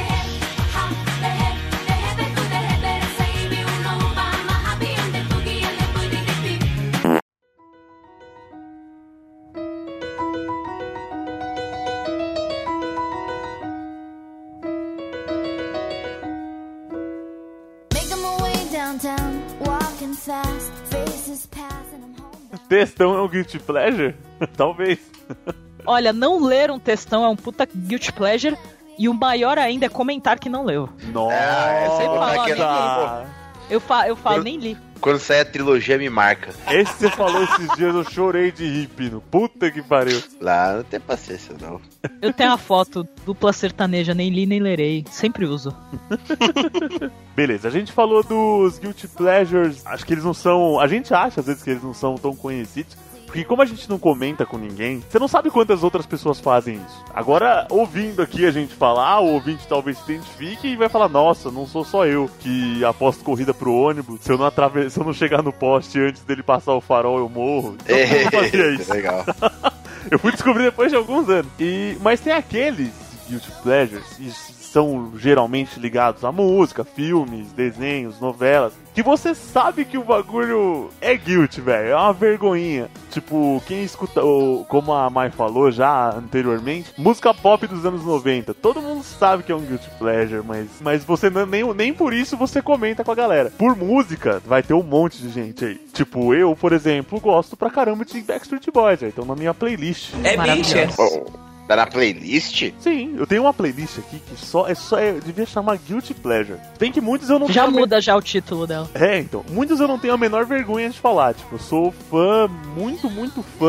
Making my way downtown, walking fast, faces passing, I'm home. Textão é um guilty pleasure? Talvez. Olha, não ler um textão é um puta guilty pleasure. E o maior ainda é comentar que não leu. Nossa. é sempre fala, aquele- Eu, fa eu falo, Eu- nem li. Quando sai a trilogia, me marca. Esse que você falou esses dias, eu chorei de rir, Pino. Puta que pariu. Lá não tem paciência, não. Eu tenho a foto dupla sertaneja, nem li nem lerei. Sempre uso. Beleza, a gente falou dos guilty pleasures. Acho que eles não são... A gente acha, às vezes, que eles não são tão conhecidos. Porque como a gente não comenta com ninguém, você não sabe quantas outras pessoas fazem isso. Agora, ouvindo aqui a gente falar, o ouvinte talvez se identifique e vai falar, nossa, não sou só eu que aposto corrida pro ônibus. Se eu não, atrave... se eu não chegar no poste antes dele passar o farol, eu morro. Então, eu não fazia isso. Legal. Eu fui descobrir depois de alguns anos. E, mas tem aqueles guilty pleasures, e são geralmente ligados a música, filmes, desenhos, novelas, que você sabe que o bagulho é guilty, velho. É uma vergonhinha. Tipo, quem escuta, ou, como a Mai falou já anteriormente, música pop dos anos noventa. Todo mundo sabe que é um guilty pleasure, mas, mas você não, nem, nem por isso você comenta com a galera. Por música, vai ter um monte de gente aí. Tipo, eu, por exemplo, gosto pra caramba de Backstreet Boys, véio. Então na minha playlist. É bicha. Bom, tá na playlist? Sim, eu tenho uma playlist aqui que só é só é, devia chamar Guilty Pleasure. Tem que muitos eu não Já tenho a men- muda já o título dela. É, então, muitos eu não tenho a menor vergonha de falar. Tipo, eu sou fã, muito, muito fã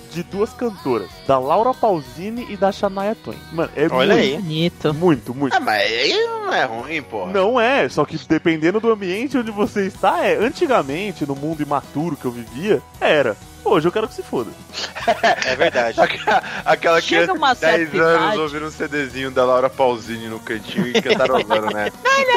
de duas cantoras, da Laura Pausini e da Shania Twain. Mano, é Olha muito, aí. Bonito. muito, muito. Ah, mas aí não é ruim, pô. Não é, só que dependendo do ambiente onde você está, é. Antigamente, no mundo imaturo que eu vivia, era. Hoje eu quero que se foda. É verdade. Aquela, aquela Chega criança uma de dez certa anos idade. ouvindo um CDzinho da Laura Pausini no cantinho e cantarolando, né?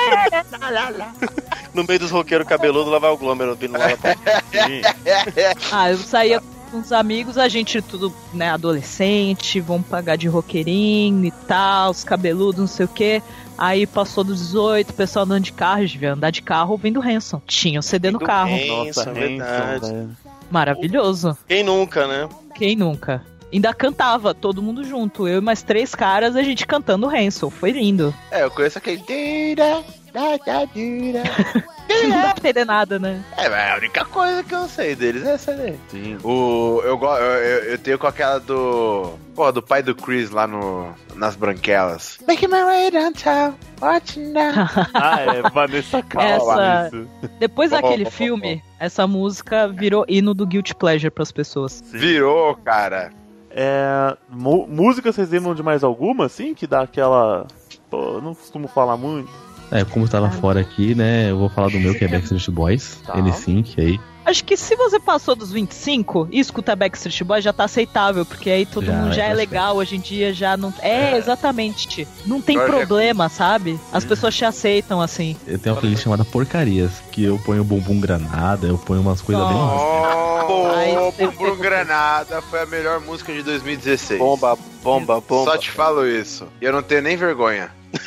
No meio dos roqueiros cabeludos, lá vai o Glômero vindo lá pra... Ah, eu saía com os amigos, a gente tudo, né, adolescente, vamos pagar de roqueirinho e tal, os cabeludos, não sei o quê. Aí passou dos dezoito, o pessoal andando de carro, a gente devia andar de carro ouvindo Hanson. Tinha o C D no Ouvindo carro. Hanson. Isso, é verdade. velho. Maravilhoso. Quem nunca, né? Quem nunca? Ainda cantava, todo mundo junto. Eu e mais três caras, a gente cantando Hanson. Foi lindo. É, eu conheço aquele... Não dá pra entender nada, né? É, mas a única coisa que eu sei deles é essa daí. Sim. O, eu, go- eu, eu, eu tenho com aquela do... Pô, do pai do Chris lá no, nas Branquelas. Making my way downtown, watching now. Ah, é Vanessa Calma. Essa- Isso. Depois Oh, daquele oh, oh, filme, essa música virou hino do Guilty Pleasure pras pessoas. Virou, cara. É, mu- música, vocês lembram de mais alguma, assim? Que dá aquela... Pô, eu não costumo falar muito. É, como eu tava fora aqui, né? Eu vou falar do meu, que é Backstreet Boys. Tá. N sync aí. Acho que se você passou dos vinte e cinco e escuta Backstreet Boys, já tá aceitável, porque aí todo Já, mundo já já é sei. legal, hoje em dia já não... É, exatamente. Não tem Agora já- problema, sabe? As pessoas te aceitam, assim. Eu tenho uma playlist chamada Porcarias, que eu ponho bumbum granada, eu ponho umas coisas bem... Oh, Ai, Bumbum Granada foi a melhor música de dois mil e dezesseis. Bomba, bomba, bomba. Só te falo isso. E eu não tenho nem vergonha.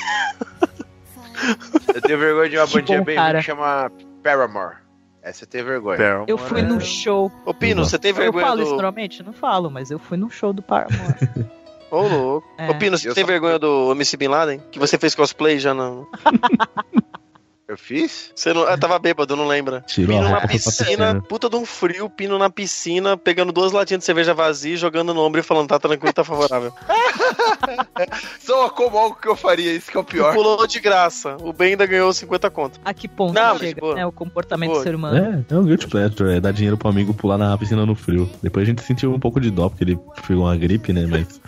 Eu tenho vergonha de uma Que bandinha bom, bem cara. que chama Paramore. Essa eu tenho vergonha. Paramore, Eu fui é. num show. Ô, Pino, você tem Eu vergonha falo isso do... normalmente? Não falo, mas eu fui num show do Paramore. Ô, louco. É. Ô, Pino, você Eu tem só- vergonha do M C Bin Laden? Que você fez cosplay já não... Eu fiz? Você não... Ah, tava bêbado, não lembra? Tirou Pino a na roupa, foi pra piscina, piscina. puta de um frio, Pino na piscina, pegando duas latinhas de cerveja vazia, jogando no ombro e falando, tá tranquilo, tá favorável. Só como algo que eu faria, isso que é o E pior. pulou de graça. O Ben ainda ganhou cinquenta conto. A que ponto Não, mas, chega, pô, né? O comportamento pô, do ser humano. É, é um guilty pleasure, é dar dinheiro pro amigo pular na piscina no frio. Depois a gente sentiu um pouco de dó, porque ele pegou uma gripe, né, mas...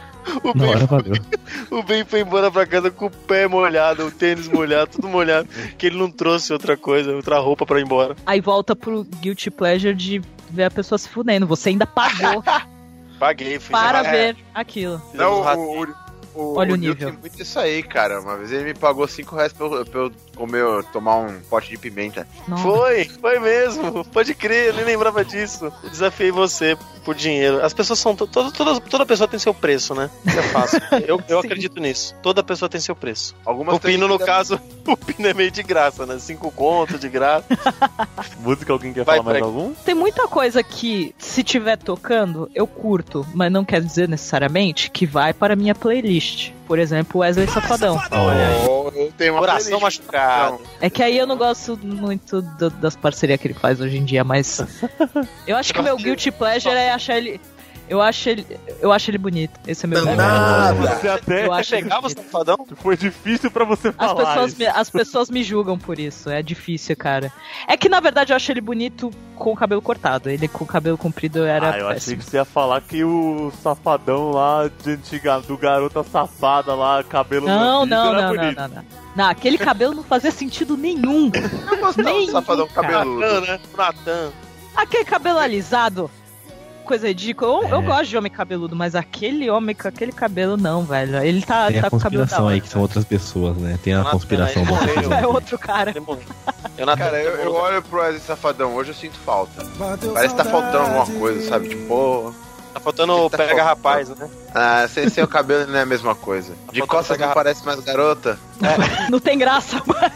O Na Ben, hora valeu. o Ben foi embora pra casa com o pé molhado, o tênis molhado, tudo molhado. Que ele não trouxe outra coisa, outra roupa pra ir embora. Aí volta pro guilty pleasure de ver a pessoa se fudendo. Você ainda pagou Paguei, fiz para uma- ver aquilo. Não, Fizemos o, o, o, Olha o o Nil nível. tem muito isso aí, cara. Uma vez ele me pagou cinco reais pra eu, pra eu comer, tomar um pote de pimenta. Nossa. Foi, foi mesmo. Pode crer, eu nem lembrava disso. Eu desafiei você por dinheiro. As pessoas são. to- Toda, toda, toda pessoa tem seu preço, né? Isso é fácil. Eu, eu Sim. acredito nisso. Toda pessoa tem seu preço. Algumas O Pino, no têm- caso, o Pino é meio de graça, né? Cinco contos de graça. Música, alguém quer Vai, falar mais Preg. algum? Tem muita coisa que, se tiver tocando, eu curto, mas não quer dizer necessariamente que vai para a minha playlist. Por exemplo, Wesley Safadão. Olha aí. Oh, eu tenho uma Coração playlist. machucado. É que aí eu não gosto muito do- das parcerias que ele faz hoje em dia, mas eu acho que o meu guilty pleasure é achar ele. Eu acho ele, eu acho ele bonito. Esse é meu guilty pleasure. Você até Eu acho Você ele pegava o bonito. safadão? foi difícil pra você As falar pessoas, isso. me, as pessoas me julgam por isso, é difícil, cara. É que na verdade eu acho ele bonito com o cabelo cortado. Ele com o cabelo comprido era Ah, eu achei péssimo. que você ia falar que o safadão lá de antiga, do garota safada lá, cabelo Não, lambido, não, era não, não, bonito. não, não. Não, aquele cabelo não fazia sentido nenhum. Eu gostava Nem do safadão cara. cabeludo. Natan, né? O Natan. Aquele cabelo alisado, coisa ridícula. Eu, eu É. gosto de homem cabeludo, mas aquele homem com aquele cabelo não, velho. Ele tá, Tem tá a com o cabelo da conspiração aí, hora. que são outras pessoas, né? Tem a Nossa, conspiração peraí, do morreu. outro É outro cara. Ele morreu. Eu, Natan, Cara, eu, eu olho pro Wesley Safadão hoje, eu sinto falta. Parece que tá faltando alguma coisa, sabe? Tipo, pô, Tá faltando o Tá pega faltando. rapaz, né? ah, sem ser o cabelo não é a mesma coisa. De faltando costas pegar- não parece mais garota? Não tem graça, mas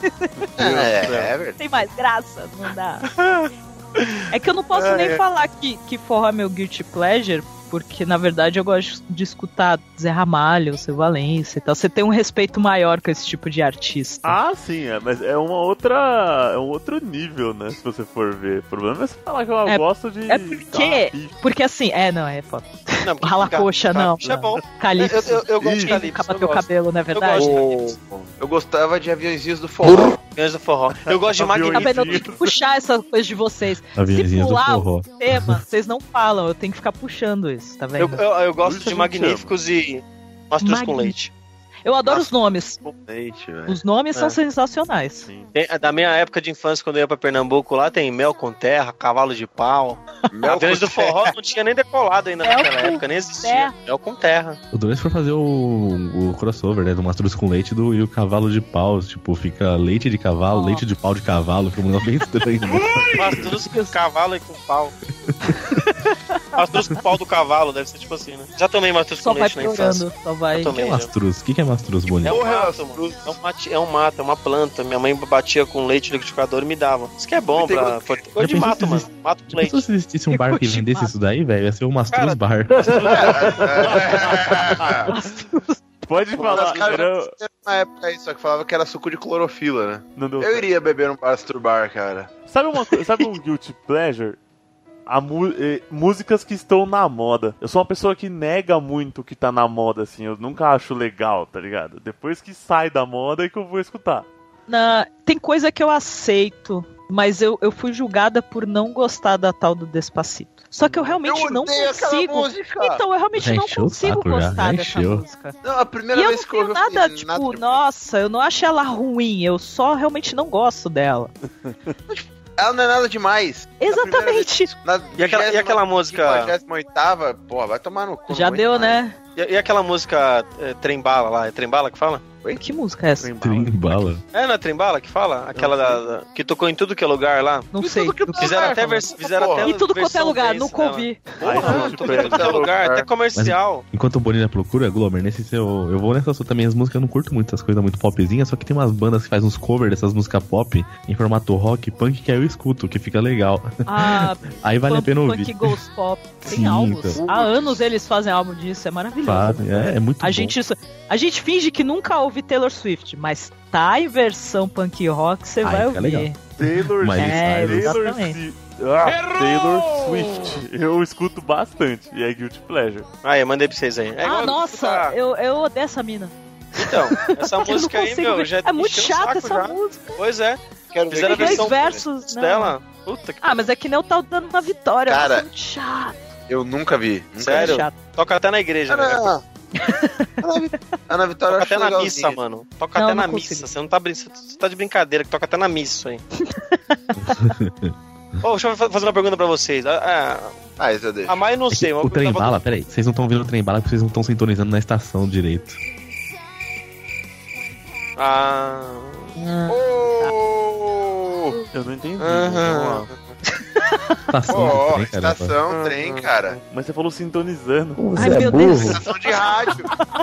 É, é verdade. tem mais graça, não dá. É que eu não posso Ah, nem é. falar que, que forró é meu guilty pleasure, porque na verdade eu gosto de escutar Zé Ramalho, Seu Valência e tal. Você tem um respeito maior com esse tipo de artista. Ah, sim, é, mas é uma outra. É um outro nível, né? Se você for ver. O problema é você falar que eu É- gosto de. é porque- Ah, Porque assim, é, não, é foda. Não, Rala coxa, não. Isso é bom. Calypso. Eu, eu, eu gosto de Ih, Calypso. Acaba eu teu gosto. cabelo, não é Eu verdade? gosto. O- Eu gostava de aviãozinhos do forró. Aviões do forró. Eu gosto de Aviões. Tá vendo? Eu Magnífico. tenho que puxar essas coisas de vocês. Se Aviãozinhas do pular forró. o tema, vocês não falam. Eu tenho que ficar puxando isso, tá Eu, vendo? eu, eu gosto Isso a de gente Magníficos e Mastros com Magnífico. Leite. Eu adoro os nomes. Com leite, velho. Os nomes É. são sensacionais. Tem- da minha época de infância, quando eu ia pra Pernambuco, lá tem Mel com Terra, Cavalo de Pau. Mel Aviões com do Forró não tinha nem decolado ainda Mel naquela com época, nem existia. Terra. Mel com Terra. O Dois for fazer o, o crossover, né? Do Mastruz com leite do, e o cavalo de pau. Tipo, fica leite de cavalo, Oh. leite de pau de cavalo. Fica um negócio bem estranho. Né? Mastruz com cavalo e com pau. Mastruz com pau do cavalo, deve ser tipo assim, né? Já tomei mastruz Só com vai leite na infância. piorando. Só vai. Eu O que é tomei. já. mastruz? O que que é mastruz, É Boninho? um Porra, mato, mano. É um, mate, é um mato, é uma planta. Minha mãe batia com leite no liquidificador e me dava. Isso que é bom Tem pra... outro- Coisa de Já mato, pensou mano. se Mato com Já pensou leite. se existisse um bar que vendesse isso daí, velho? Ia ser o Mastruz Cara, Bar. Pode falar. Os caras Era... já fizeram na época aí, só que falava que era suco de clorofila, né? Não deu Eu certo. iria beber um masturbar, cara. Sabe, uma, co- sabe um guilty pleasure? A mu- eh, músicas que estão na moda. Eu sou uma pessoa que nega muito o que tá na moda, assim. Eu nunca acho legal, tá ligado? Depois que sai da moda é que eu vou escutar. Na- Tem coisa que eu aceito, mas eu, eu fui julgada por não gostar da tal do Despacito. Só que eu realmente Eu não odeio aquela consigo. música. Então, eu realmente Já não encheu o consigo saco já, gostar já dessa encheu. música. Não, a primeira E eu vez não que eu tenho ouvi, eu nada, fiquei tipo, nada- nossa, eu não achei ela ruim, eu só realmente não gosto dela. Ela não é nada demais. Exatamente. Na E aquela- e aquela música- vigésima oitava, porra, vai tomar no cu. Já não deu, aguento mais. né? E, e aquela música é, Trembala lá? É Trembala que fala? Que música é essa? Trimbala. É, não é Trembala que fala? Aquela da, da- que tocou em tudo que é lugar lá? Não E sei. tudo que do que Fizeram você até, tá vers, falando. fizeram até E tudo quanto é versão lugar, dance nunca dela. ouvi. Porra, Ai, mano, gente, tocou em tudo que é lugar, até comercial. Enquanto o Boninho procura, Glomer, nesse seu. Eu vou nessa sua também, as músicas, eu não curto muito essas coisas muito popzinhas, só que tem umas bandas que fazem uns covers dessas músicas pop em formato rock, punk, que aí eu escuto, que fica legal. Ah, Aí vale a pena Punk ouvir. Ghost Pop. Tem Sim, álbuns. então. Há anos eles fazem álbum disso, é maravilhoso. Sabe? É, é muito A bom. gente, isso- a gente finge que nunca ouve Taylor Swift, mas tá em versão punk rock, você Ai, vai fica ouvir. legal. Taylor, Mas É, Taylor, exatamente. Si- ah, Taylor Swift. Eu escuto bastante. E é guilty pleasure. Aí, eu mandei pra vocês aí. É igual Ah, eu nossa, escutar- eu, eu odeio essa mina. Então, essa Eu não música aí, consigo meu, ver. já É muito encheu o chata saco essa já. música. Pois é. Quero ver Fizeram a Tem dois versão versos, né? dela. Puta que Ah, mas é que nem eu tava dando na Vitória. Cara, é muito chato. Eu nunca vi. Nunca Sério? É chato. Toca até na igreja, né? Ana, Ana, Vi- Ana Vitória Toca eu até acho na legalzinha. missa, mano. Toca Não, até não na consigo. missa. Você não tá, brin- você tá de brincadeira, que toca até na missa isso aí. Ô, deixa eu fa- fazer uma pergunta pra vocês. A, Ah, isso eu deixo. a, a Mai não sei. O eu trem tava- bala, peraí, vocês não estão vendo o trem bala porque vocês não estão sintonizando na estação direito. Ah. Ô! Eu não entendi. Aham. Vamos lá. Estação Ó, do trem, cara. estação, trem, cara. Mas você falou sintonizando. Ai, meu Deus. Estação de rádio.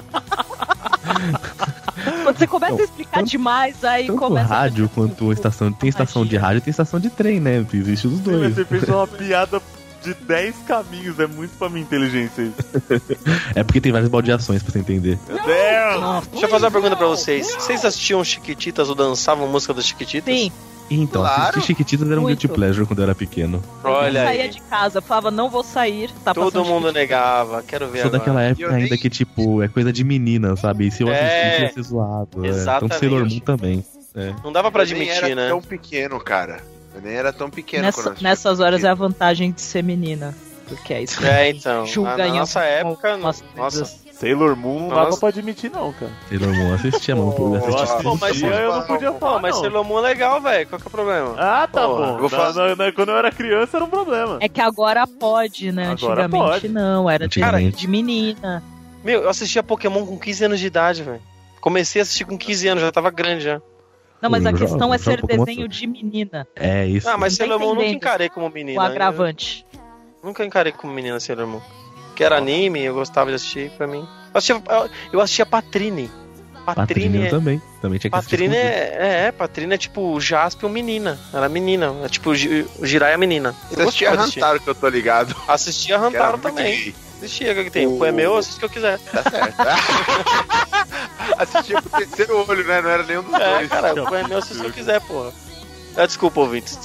Quando você começa Não, a explicar demais, aí Tanto começa rádio a... quanto estação. Tem estação de rádio e tem estação de trem, né? Existe os Sim, dois. mas você fez uma piada de dez caminhos. É muito pra minha inteligência isso. É porque tem várias baldeações pra você entender. Meu Deus! Deixa eu fazer uma pergunta pra vocês. Vocês assistiam Chiquititas ou dançavam música das Chiquititas? Sim, Então, Claro. assistir Chiquititas era um Muito. guilty pleasure quando eu era pequeno. eu Olha saía aí. de casa, eu falava, não vou sair, tá Todo passando mundo Chiquititas. negava. Quero ver Sou agora. daquela época Eu nem- ainda que, tipo, é coisa de menina, sabe? E se eu É, assistisse, ia ser zoado. É. Então, exatamente. Sailor Moon também. É. Não dava pra Eu nem admitir, era né? tão pequeno, cara. Eu nem era tão pequeno Nessa- quando eu assisti. nessas horas é a vantagem de ser menina. Porque é isso. É, então. Julga Na em nossa algum- época, umas nossa. coisas. Sailor Moon não dava Nossa. pra admitir, não, cara. Sailor Moon assistia, mano. Eu Eu assistia assistia, Pô, mas eu não podia Pô, falar, mas não. Sailor Moon é legal, velho. Qual que é o problema? Ah, tá Porra, bom. vou Na- fazer- na- na- quando eu era criança era um problema. É que agora pode, né? Agora Antigamente pode. não, era de, Antigamente. de menina. Meu, eu assistia Pokémon com quinze anos de idade, velho. Comecei a assistir com quinze anos, já tava grande já. Não, mas a Eu já- questão é eu já ser Pokémon desenho de menina, É isso. Ah, mas Não tá Sailor Moon eu nunca entendendo. encarei como menina. o agravante. Eu nunca encarei como menina Sailor Moon. Que era anime, eu gostava de assistir, pra mim. Eu assistia, eu assistia Patrine. Patrine Patrine eu é... também. Também tinha que assistir. Patrine escondido. é, é, é, Patrine é tipo Jaspion menina. Era menina. É tipo o Gi- o Jiraiya menina. Eu Você assistia gostava de assistir. Hantaro, que eu tô ligado. Assistia Que era Hantaro muito também. gay. Assistia, o que que tem? O cu é meu, eu assisto o que eu quiser. Tá certo. Assistia com o terceiro olho, né? Não era nenhum dos É, dois. cara, o cu é meu, eu assisto o que eu quiser, porra. É, desculpa, ouvintes, desculpa.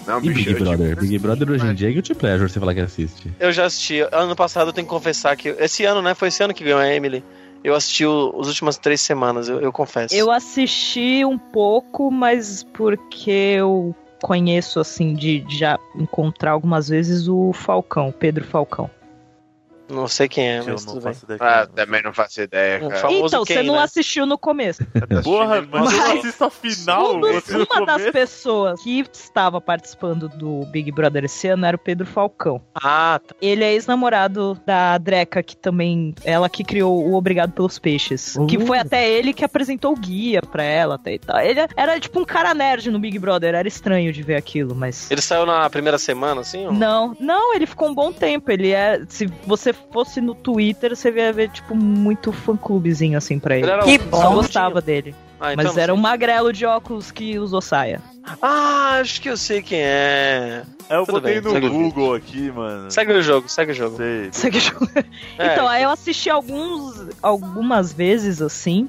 Não, E bicho, Big eu, Brother? tipo, Big Brother hoje em dia é Guilty Pleasure, você falar que assiste. Eu já assisti. Ano passado eu tenho que confessar que. Esse ano, né? Foi esse ano que ganhou a Emily. Eu assisti o, as últimas três semanas, eu, eu confesso. Eu assisti um pouco, mas porque eu conheço, assim, de, de já encontrar algumas vezes o Falcão, Pedro Falcão. Não sei quem é, Eu mas não tudo bem. faço ideia. Ah, também não faço ideia, Um cara. famoso Então, quem, você não né? assistiu no começo. Porra, mas eu Mas- assisto a final. Um dos- eu assisto no uma das começo. pessoas que estava participando do Big Brother esse ano era o Pedro Falcão. Ah, tá. Ele é ex-namorado da Dreca, que também... Ela que criou o Obrigado Pelos Peixes. Oh. Que foi até ele que apresentou o guia pra ela até e tal. Ele era tipo um cara nerd no Big Brother. Era estranho de ver aquilo, mas... Ele saiu na primeira semana, assim? Ou... Não, não, ele ficou um bom tempo. Ele é... Se você fosse no Twitter, você ia ver, tipo, muito fã-clubezinho, assim, pra ele. Ele era que um- só um gostava dele. Ah, então Mas não era sei. um magrelo de óculos que usou saia. Ah, acho que eu sei quem é. É, eu Tudo botei bem, no segue o Google aqui, mano. Segue o jogo, segue o jogo. Sei. Segue o jogo. É, Então, aí eu assisti alguns, algumas vezes, assim,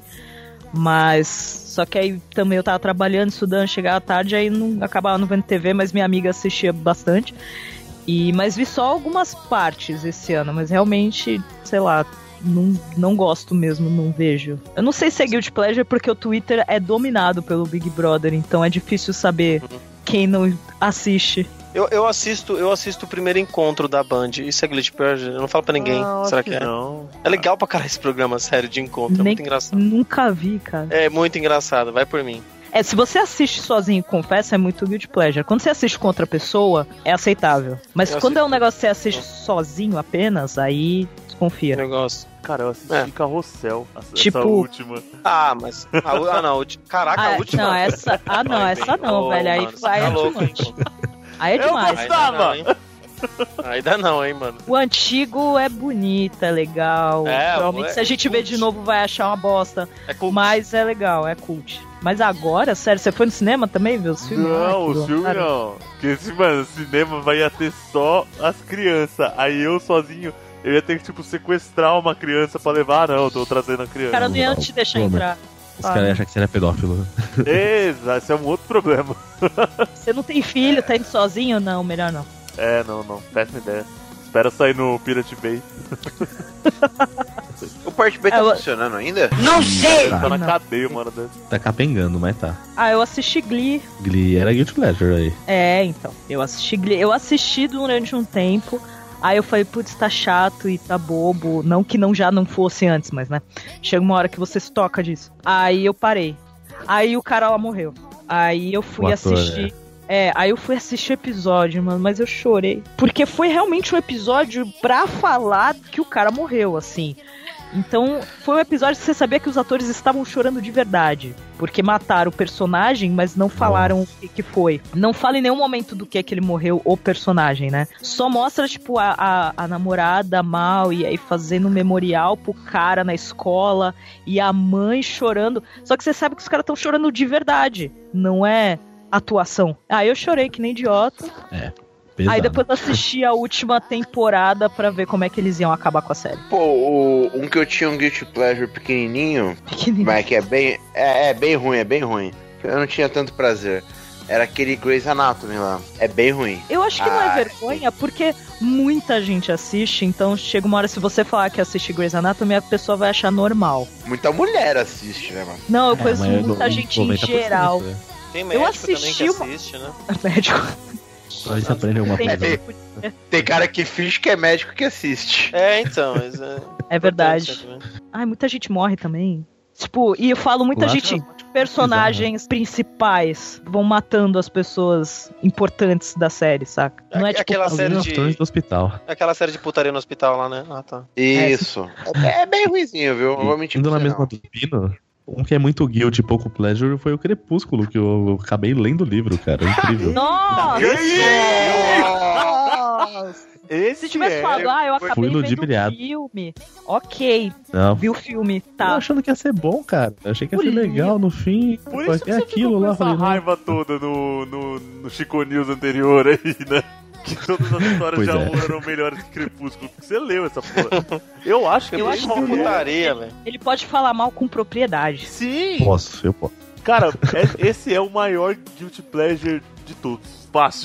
mas só que aí também eu tava trabalhando, estudando, chegava tarde, aí não acabava não vendo T V, mas minha amiga assistia bastante. E, mas vi só algumas partes esse ano, mas realmente, sei lá, não, não gosto mesmo, não vejo. Eu não sei se é Guilty Pleasure porque o Twitter é dominado pelo Big Brother, então é difícil saber quem não assiste. Eu, eu assisto, eu assisto o primeiro encontro da Band. Isso é Glitch Pleasure? Eu não falo pra ninguém. Não, Será acho que é? Não. É legal pra caralho esse programa sério de encontro. É Nem- muito engraçado. Nunca vi, cara. É muito engraçado, vai por mim. É, se você assiste sozinho e confessa, é muito guilty pleasure. Quando você assiste com outra pessoa, é aceitável. Mas Eu quando assisto. é um negócio que você assiste sozinho apenas, aí desconfia. Negócio. Cara, eu assisti É. Carrossel, essa, Tipo- essa última. Ah, mas. Ah, u- ah, não. a ulti- Caraca, Ah, a última. não, essa, ah, não, Vai essa bem. não, Ô, velho. Aí, mano, você aí tá é louco, hein? demais. Aí é Eu demais. Aí dá não, Gostava. hein? Aí dá não, hein, mano. O antigo é bonito, é legal. É, Provavelmente é se a gente ver cult. de novo vai achar uma bosta. É cult. Mas é legal, é cult. Mas agora, sério, você foi no cinema também, viu? Os filmes? Ah, Não, que o filme cara. não. Porque esse, mano, o cinema vai ia ter só as crianças. Aí eu sozinho, eu ia ter que, tipo, sequestrar uma criança pra levar. Ah, não, eu tô trazendo a O criança. cara não ia Não, te deixar não, entrar. Os caras iam achar que você era pedófilo. Exato, esse é um outro problema. Você não tem filho, tá indo sozinho? Não, melhor não. É, não, não, péssima ideia. Espera sair no Pirate Bay. O Pirate Bay tá É, eu- funcionando ainda? Não sei! Ele tá na Não. cadeia uma hora dessa. Tá capengando, mas tá. Ah, eu assisti Glee. Glee era Guilty Pleasure aí. É, então. Eu assisti Glee. Eu assisti durante um tempo. Aí eu falei, putz, tá chato e tá bobo. Não que não já não fosse antes, mas né. Chega uma hora que você se toca disso. Aí eu parei. Aí o cara lá morreu. Aí eu fui O ator, assistir. É, aí eu fui assistir o episódio, mano, mas eu chorei. Porque foi realmente um episódio pra falar que o cara morreu, assim. Então, foi um episódio que você sabia que os atores estavam chorando de verdade. Porque mataram o personagem, mas não falaram o que, que foi. Não fala em nenhum momento do que é que ele morreu, o personagem, né? Só mostra, tipo, a, a, a namorada mal e aí fazendo um memorial pro cara na escola e a mãe chorando. Só que você sabe que os caras estão chorando de verdade. Não é atuação. Aí eu chorei que nem idiota. Pesado. Aí depois eu assisti a última temporada pra ver como é que eles iam acabar com a série. Pô, o, um que eu tinha um Guilty Pleasure pequenininho, mas que é bem, é, é bem ruim, é bem ruim. Eu não tinha tanto prazer. Era aquele Grey's Anatomy lá. É bem ruim. Eu acho que não é Ah, vergonha, porque muita gente assiste, então chega uma hora, se você falar que assiste Grey's Anatomy, a pessoa vai achar normal. Muita mulher assiste, né, mano? Não, eu É, conheço mas muita no- gente em noventa por cento, geral. né? Tem Eu médico também assisti que uma- assiste, né? Médico. Só aí você aprende alguma Tem- coisa. Tem cara que finge que é médico que assiste. É, então. Mas é, É verdade. importante, né? Ai, muita gente morre também. Tipo, e eu falo, muita Lá gente, tá personagens principais vão matando as pessoas importantes da série, saca? Não é É tipo, aquela Os série atores de. do hospital. Aquela série de putaria no hospital lá, né? Ah, tá. Isso. É, é bem ruimzinho, viu? Não vou mentir Indo pra na você, mesma não. do Pino, um que é muito guilty, pouco pleasure, foi o Crepúsculo, que eu, eu acabei lendo o livro, cara. É incrível. nossa! Esse Se tivesse é... falado, ah, eu Fui acabei vendo ludibriado. o filme. Ok, Não. vi o filme, Eu tá. achando que ia ser bom, cara. Eu achei que ia ser O legal no fim. Por Pô, isso que é você aquilo ficou com lá. essa Falei, não. raiva toda no, no, no Chico News anterior aí, né? Que todas as histórias Pois de é. amor eram melhores que Crepúsculo. Porque você leu essa porra. Eu acho que é Eu bem acho Uma que ruim. putaria, velho. Ele pode falar mal com propriedade. Sim! Posso, eu posso. Cara, é- esse é o maior guilty pleasure de todos. Fácil.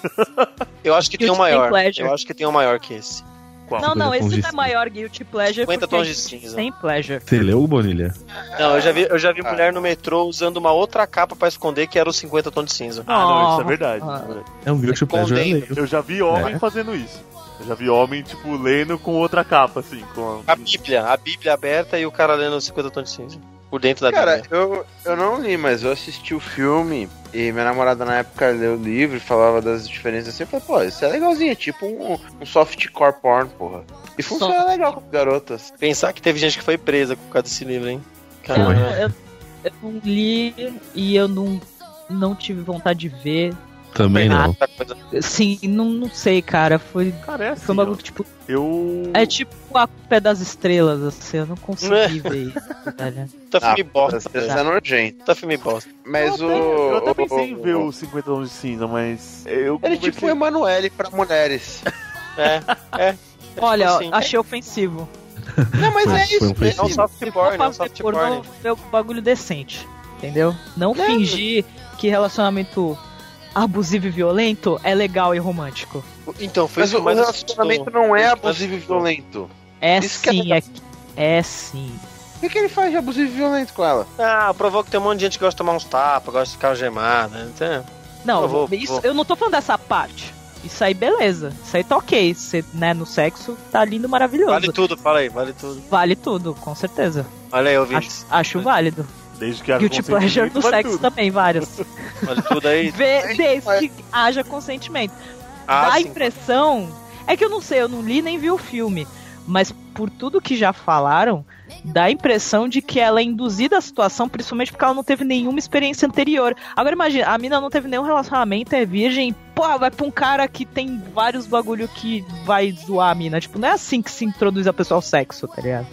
Eu acho que tem um maior. Eu acho que tem um maior que esse. Qual? Não, não, esse não é maior Guilty Pleasure. cinquenta tons de cinza. Sem pleasure. Você leu, Bonilha? Não, eu já vi, eu já vi ah. mulher no metrô usando uma outra capa pra esconder que era os cinquenta tons de cinza. Ah, não, isso é verdade. Ah. É um Guilty Pleasure. Eu já vi homem é. fazendo isso. Eu já vi homem, tipo, lendo com outra capa, assim. Com a... a Bíblia, a Bíblia aberta e o cara lendo os cinquenta tons de cinza. Por dentro da Cara, Bíblia. eu, eu não li, mas eu assisti o filme e minha namorada na época leu o livro e falava das diferenças assim. Eu falei, pô, isso é legalzinho, é tipo um, um softcore porn, porra. E funciona Só... legal com garotas. Pensar que teve gente que foi presa por causa desse livro, hein? Caramba. Eu, eu, eu não li e eu não, não tive vontade de ver. Também não. Sim, não, não sei, cara. Foi, cara, é assim, foi um bagulho tipo. Eu. É tipo a Pé das Estrelas, assim. Eu não consegui ver isso, velho. Tá filme ah, bosta. Isso é nojento. Tá filme bosta. Mas eu o. Até, eu até pensei o, em ver o cinquenta tons de cinza, mas. Eu Ele é tipo o Emanuele pra mulheres. É, é. Olha, assim. Achei ofensivo. Não, mas é isso. É um soft porn, é um soft porn. É um bagulho decente, entendeu? Não é. fingir que relacionamento abusivo e violento é legal e romântico. Então, foi mas isso o relacionamento não é abusivo e violento. É isso sim, é, é sim. O que, que ele faz de abusivo e violento com ela? Ah, provou que tem um monte de gente que gosta de tomar uns tapas, gosta de ficar algemada, né? Não, provou, isso, provou. eu não tô falando dessa parte. Isso aí, beleza. Isso aí tá ok. Você, né, no sexo, tá lindo, maravilhoso. Vale tudo, fala aí, vale tudo. Vale tudo, com certeza. Olha aí, ouvi. Acho, acho é. válido. Desde que haja Guilty Pleasure no vale sexo tudo. também, vários. Vale tudo aí. Vê, desde que haja consentimento. Ah, Dá a sim. impressão... É que eu não sei, eu não li nem vi o filme. Mas por tudo que já falaram, dá a impressão de que ela é induzida à situação, principalmente porque ela não teve nenhuma experiência anterior. Agora imagina, a mina não teve nenhum relacionamento, é virgem, pô, vai pra um cara que tem vários bagulho que vai zoar a mina. Tipo, não é assim que se introduz a pessoa ao sexo, tá ligado?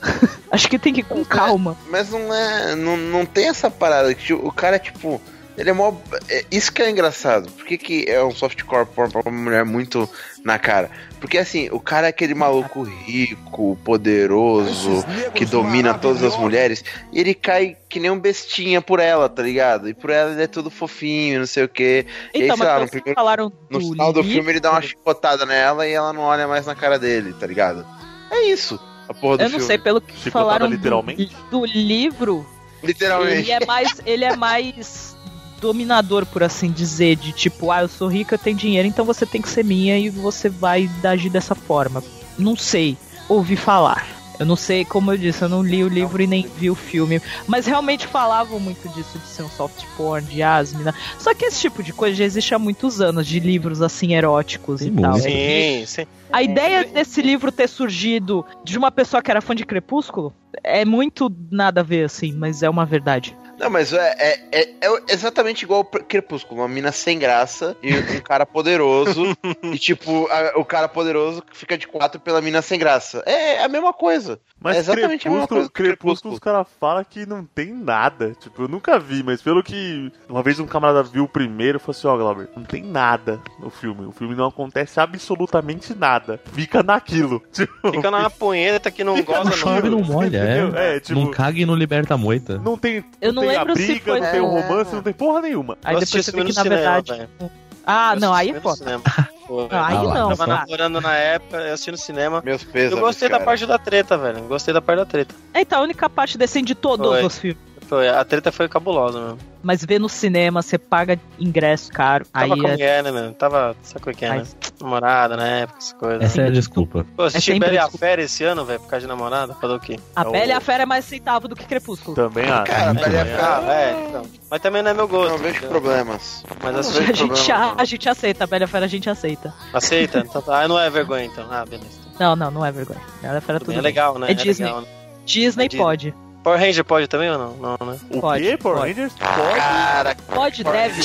Acho que tem que ir com calma. Mas não é. Não, não tem essa parada que o cara é tipo. Ele é mó. É, isso que é engraçado. Por que, que é um softcore porn pra uma mulher muito na cara? Porque assim, o cara é aquele maluco rico, poderoso, que domina todas as mulheres, e ele cai que nem um bestinha por ela, tá ligado? E por ela ele é tudo fofinho, não sei o quê. Então, e aí, sei lá, no, primeiro, falaram no final do filme ele dá uma chicotada nela e ela não olha mais na cara dele, tá ligado? É isso. A porra do Eu não filme. sei pelo que Chicotada falaram literalmente? Do, do livro. Literalmente. Ele é mais, ele é mais dominador, por assim dizer, de tipo, ah, eu sou rica, eu tenho dinheiro, então você tem que ser minha e você vai agir dessa forma. Não sei, ouvi falar. Eu não sei, como eu disse, eu não li o livro e nem vi o filme. Mas realmente falavam muito disso, de ser um soft porn, de asmina. Só que esse tipo de coisa já existe há muitos anos, de livros assim eróticos sim, e tal. Sim, sim. A ideia desse livro ter surgido de uma pessoa que era fã de Crepúsculo é muito nada a ver, assim, mas é uma verdade. Não, mas é, é, é, é exatamente igual o Crepúsculo. Uma mina sem graça e um cara poderoso. E tipo, a, o cara poderoso fica de quatro pela mina sem graça. É a mesma coisa. Mas é exatamente a mesma coisa. Crepúsculo, Crepúsculo. os caras falam que não tem nada. Tipo, eu nunca vi, mas pelo que uma vez um camarada viu o primeiro, falou assim, ó, oh, Glauber, não tem nada no filme. O filme não acontece absolutamente nada. Fica naquilo. Tipo, fica na punheta que não fica goza, não. Chove não molha, é. é tipo, não caga e não liberta a moita. Não tem, eu não não tem lembro a briga, se foi... não tem o romance, não tem porra nenhuma. Aí depois você vê que na verdade... Véio. Ah, eu não, aí é foda. Pô, não, aí ah, não, eu tava namorando na época, eu assisti no cinema. Meus pesos. Eu gostei cara. da parte da treta, velho. Gostei da parte da treta. Então, a única parte decente de todos foi. os filmes. Foi. A treta foi cabulosa, mesmo. Mas ver no cinema, você paga ingresso caro. Tava aí com é... mulher, né, mano? Tava, sabe o que é, né? Namorada na época, essas coisas. Essa é a desculpa. Pô, assisti é Bela e a desculpa. Fera esse ano, velho, por causa de namorada. Fazer o quê? A é Bela e o... a Fera é mais aceitável do que Crepúsculo. Também acho. Cara, a Bela e a Fera... Ah, é, então. Mas também não é meu gosto. Não vejo entendeu? problemas. Mas não assim, a, gente, problema, a, a gente aceita, a Bela e a Fera a gente aceita. Aceita? Então, ah, não é vergonha, então. Ah, beleza. Não, não, não é vergonha. Bela e a Fera tudo é legal, né? É, é Disney. Legal, né? Disney é Disney pode. Power Ranger pode também ou não? Não, né? O pode, quê? Power pode. Rangers pode? Cara, pode, deve.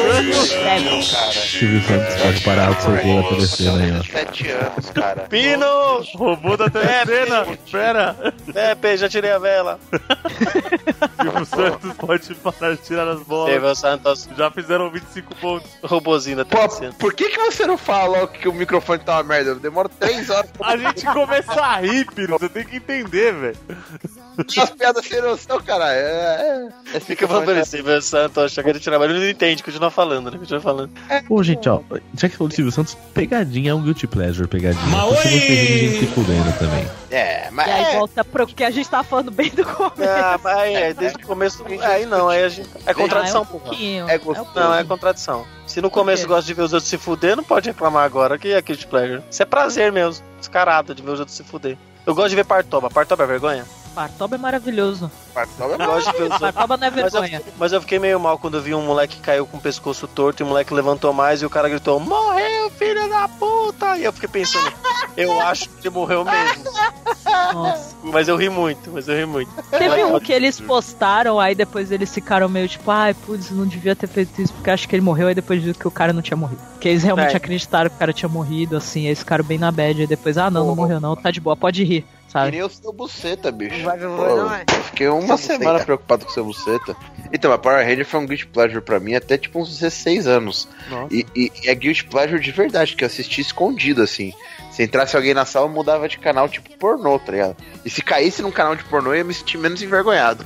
Deve. Silvio Santos pode parar o seu gol da telecena aí, ó. sete anos, cara. Pino! Robô da telecena! Pera! Pepe, já tirei a vela. Silvio Santos pode parar de tirar as bolas. Silvio Santos. Já fizeram vinte e cinco pontos. Robozinho da Pô, telecena. por que que você não fala logo que o microfone tá uma merda? Demora três horas pra... A gente começa a rir, Piro. Você tem que entender, velho. As piadas sem noção, caralho. É, é, Fica falando assim, Silvio Santos, acha que ele tira mas ele não entende, continua falando, né? Continua falando. Pô, gente, ó, já que falou do Silvio Santos, pegadinha é um guilty pleasure, pegadinha. Porque você vê gente se fudendo também. É, mas. E aí é... volta pro que a gente tava falando bem do começo. Ah, mas aí, desde o começo. Aí não, aí a gente. É contradição, ah, é um pouquinho. É gostoso. Não, é contradição. Se no começo gosta de ver os outros se fuder, não pode reclamar agora que é guilty pleasure. Isso é prazer mesmo, descarado de ver os outros se fuder. Eu gosto de ver Partoba. Partoba é vergonha? Partoba é maravilhoso. Partoba Eu gosto de ver os outros. Partoba não é Mas eu, vergonha. mas eu fiquei meio mal quando eu vi um moleque que caiu com o pescoço torto e o moleque levantou mais e o cara gritou: morreu, filho da puta! E eu fiquei pensando, eu acho que ele morreu mesmo. Nossa. Mas eu ri muito, mas eu ri muito. Teve um que eles postaram, aí depois eles ficaram meio tipo, ai, putz, não devia ter feito isso porque acho que ele morreu, aí depois viu que o cara não tinha morrido. Porque eles realmente É. acreditaram que o cara tinha morrido, assim, aí eles ficaram bem na bad, aí depois, ah, não, não morreu não, tá de boa, pode rir, sabe? Queria o seu buceta, bicho. Vai ver, Pô, vai, não é? eu fiquei uma Seu semana buceta. preocupado com o seu buceta. Então, a Power Ranger foi um guilty pleasure pra mim até tipo uns dezesseis anos. Nossa. E, e, e é guilty pleasure de verdade, que eu assisti escondido, assim. Se entrasse alguém na sala, eu mudava de canal, tipo pornô, tá ligado? E se caísse num canal de pornô, eu ia me sentir menos envergonhado.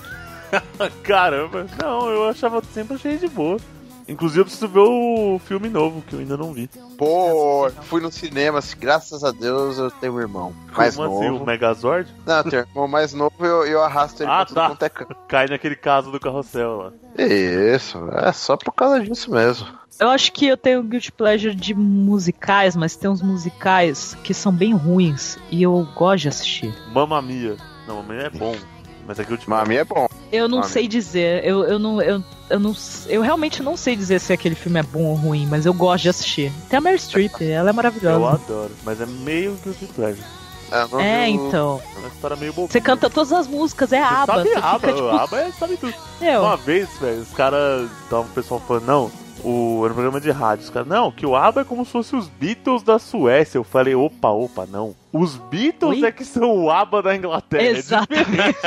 Caramba, não, eu achava sempre achei de boa. Inclusive eu preciso ver o filme novo, que eu ainda não vi. Pô, fui no cinema, assim, graças a Deus eu tenho um irmão mais Como novo. assim, o Megazord? Não, eu tenho um irmão mais novo e eu, eu arrasto ele Ah, pra tudo tá. quanto é canto. Cai naquele caso do carrossel lá. Isso, é só por causa disso mesmo. Eu acho que eu tenho guilty pleasure de musicais, mas tem uns musicais que são bem ruins e eu gosto de assistir. Mamma Mia. Não, Mamma Mia é bom. Mas aqui eu te Mami é bom. Eu não Mami. sei dizer, eu, eu não, eu, eu não, eu realmente não sei dizer se aquele filme é bom ou ruim, mas eu gosto de assistir. Tem a Meryl Streep, ela é Eu maravilhosa. adoro, mas é meio guilty pleasure. Eu não É, vi o- então. É uma história meio bobinha. Você canta todas as músicas, é Você aba. sabe Você aba, fica tipo, aba é, sabe tudo. meu, Uma vez, velho, os caras, tava o pessoal falando, não, o, era um programa de rádio, os caras, não, que o ABBA é como se fosse os Beatles da Suécia. Eu falei, opa, opa, não. Os Beatles Oi? é que são o ABBA da Inglaterra. É exatamente.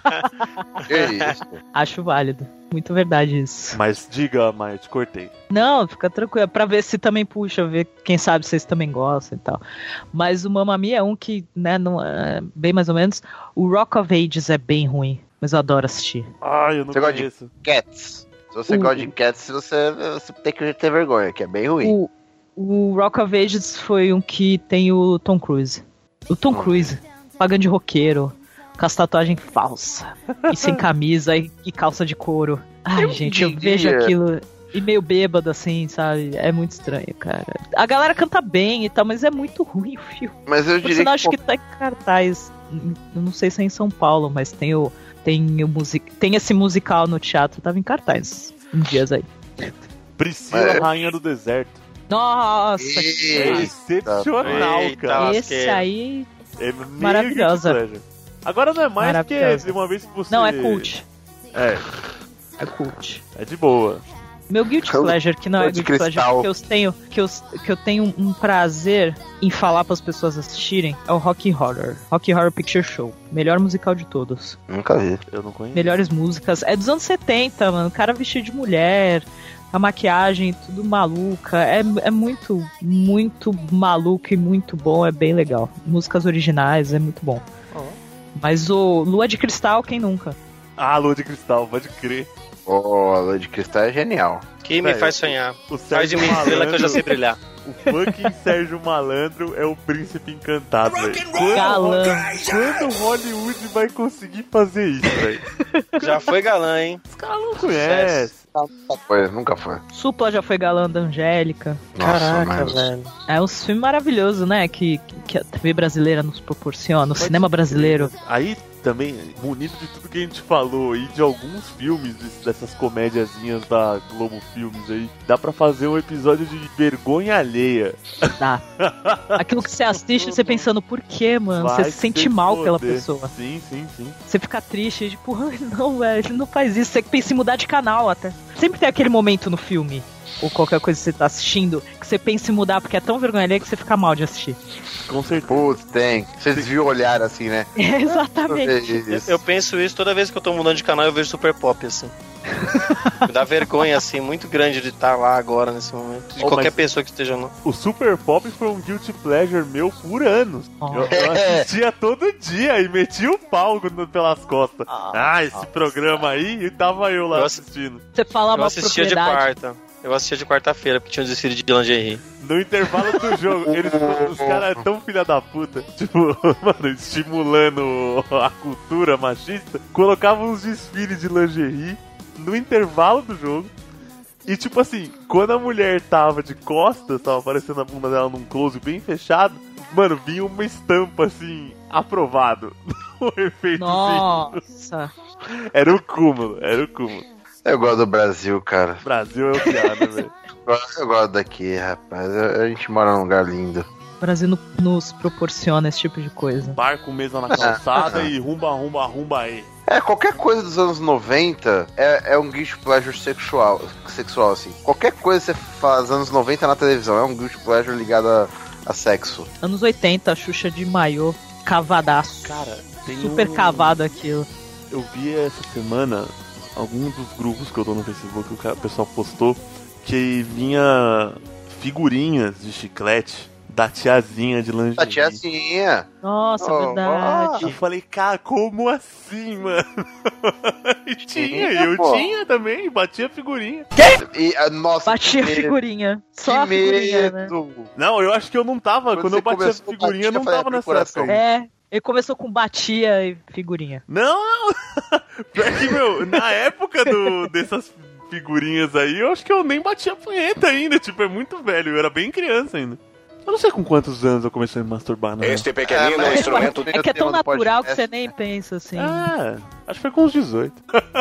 Que isso? Acho válido. Muito verdade isso. Mas diga, mas te cortei. Não, fica tranquilo. Pra ver se também puxa, ver quem sabe vocês também gostam e tal. Mas o Mamma Mia é um que, né, não é bem mais ou menos. O Rock of Ages é bem ruim, mas eu adoro assistir. Ai, eu não Você gosta de- conheço. Cats. Se você O- gosta de Cats, você, você tem que ter vergonha, que é bem ruim. O, o Rock of Ages foi um que tem o Tom Cruise. O Tom Cruise, pagando de roqueiro, com as tatuagens falsas, e sem camisa, e, e calça de couro. Ai, Eu gente, eu diria- vejo aquilo e meio bêbado, assim, sabe? É muito estranho, cara. A galera canta bem e tal, mas é muito ruim o filme. Mas eu Por diria sinal, que, acho que tá em cartaz. Eu não sei se é em São Paulo, mas tem o. Tem, o music, tem esse musical no teatro, tava em cartaz uns dias aí. Priscila, É. Rainha do Deserto. Nossa, É Eita. excepcional, Eita, cara. esse lasqueira. aí. É meio Maravilhosa. guilty pleasure. Agora não é mais porque Maravilhosa. uma vez que você... Não, é cult. É, É cult. é de boa. Meu guilty Eu- pleasure, que não é eu de guilty pleasure, cristal. que eu tenho, que eu, que eu tenho um prazer em falar para as pessoas assistirem, é o Rocky Horror. Rocky Horror Picture Show. Melhor musical de todos. nunca vi. Eu não conheço. Melhores músicas. É dos anos setenta, mano. O cara vestido de mulher, a maquiagem, tudo maluca. É, é muito, muito maluco e muito bom. É bem legal. Músicas originais, é muito bom. Ó. Mas o Lua de Cristal, quem nunca? Ah, Lua de Cristal, pode crer. Ô, a Lua de Cristal é genial. Que me Velho, faz sonhar. O Faz de Sérgio mim estrela que eu já Malandro, sei brilhar. o fucking Sérgio Malandro é o príncipe encantado, velho. Quando, Galã. quando Hollywood vai conseguir fazer isso, velho? Já foi galã, hein? Os caras não conhecem. Nunca foi, nunca foi. Supla já foi galã da Angélica. Nossa, mas... velho. É um filme maravilhoso, né? Que, que a T V brasileira nos proporciona, o cinema brasileiro. Aí também, munido de tudo que a gente falou e de alguns filmes, des- dessas comédiazinhas da Globo Filmes aí, dá pra fazer um episódio de vergonha alheia. Dá. Aquilo que você assiste, você pensando, por quê, mano? Vai Você se sente se mal pela foder. pessoa. Sim, sim, sim. Você fica triste, tipo, ai, não, velho, não faz isso. Você pensa em mudar de canal até. Sempre tem aquele momento no filme, ou qualquer coisa que você tá assistindo, que você pensa em mudar porque é tão vergonha alheia que você fica mal de assistir. Com certeza. Putz, tem. Você desvia o olhar assim, né? É, exatamente. Eu, eu penso isso toda vez que eu tô mudando de canal, eu vejo Super Pop, assim. Me dá vergonha, assim, muito grande de estar lá agora, nesse momento. De Oh, qualquer mas- pessoa que esteja lá. O Super Pop foi um guilty pleasure meu por anos. Oh. Eu, eu assistia todo dia e metia o pau quando- pelas costas. Ah, esse programa aí, e tava eu lá Eu ass- assistindo. Você fala Eu uma assistia de propriedade. quarta. Eu assistia de quarta-feira, porque tinha um desfile de lingerie. No intervalo do jogo, eles, os caras é tão filha da puta, tipo, mano, estimulando a cultura machista, colocavam uns desfiles de lingerie no intervalo do jogo. E tipo assim, quando a mulher tava de costas, tava aparecendo a bunda dela num close bem fechado, mano, vinha uma estampa assim, aprovado. O efeito. Nossa. Era o cúmulo, era o cúmulo. Eu gosto do Brasil, cara. Brasil é o piada, velho. Eu gosto daqui, rapaz. A gente mora num lugar lindo. O Brasil no- nos proporciona esse tipo de coisa. Bar com mesa na calçada e rumba, rumba, rumba aí. É, qualquer coisa dos anos noventa é, é um guilty pleasure sexual, sexual, assim. Qualquer coisa que você faz anos noventa na televisão é um guilty pleasure ligado a, a sexo. Anos oitenta, a Xuxa de maiô, cavadaço. Cara, tem Super um... cavado aquilo. Eu vi essa semana algum dos grupos que eu tô no Facebook, o cara- o pessoal postou que vinha figurinhas de chiclete da tiazinha de lingerie. A tiazinha. Nossa, Oh, verdade. Eu falei, cara, como assim, mano? E tinha, Tinha, eu pô. tinha também, batia figurinha. E, a nossa, Batia a que medo, figurinha. Só que a figurinha, né? medo. Não, eu acho que eu não tava, Quando quando, você eu batia começou, figurinha, eu não batia, tava fazia nessa coração. época. É, ele começou com batia e figurinha. Não, não. Pior que, meu, na época do, dessas figurinhas aí, eu acho que eu nem batia punheta ainda. Tipo, é muito velho. Eu era bem criança ainda. Eu não sei com quantos anos eu comecei a me masturbar, né? Este pequenino É, mas- instrumento. É que é tão tema do natural que podcast, você nem né? pensa assim. Ah, acho que foi com uns dezoito.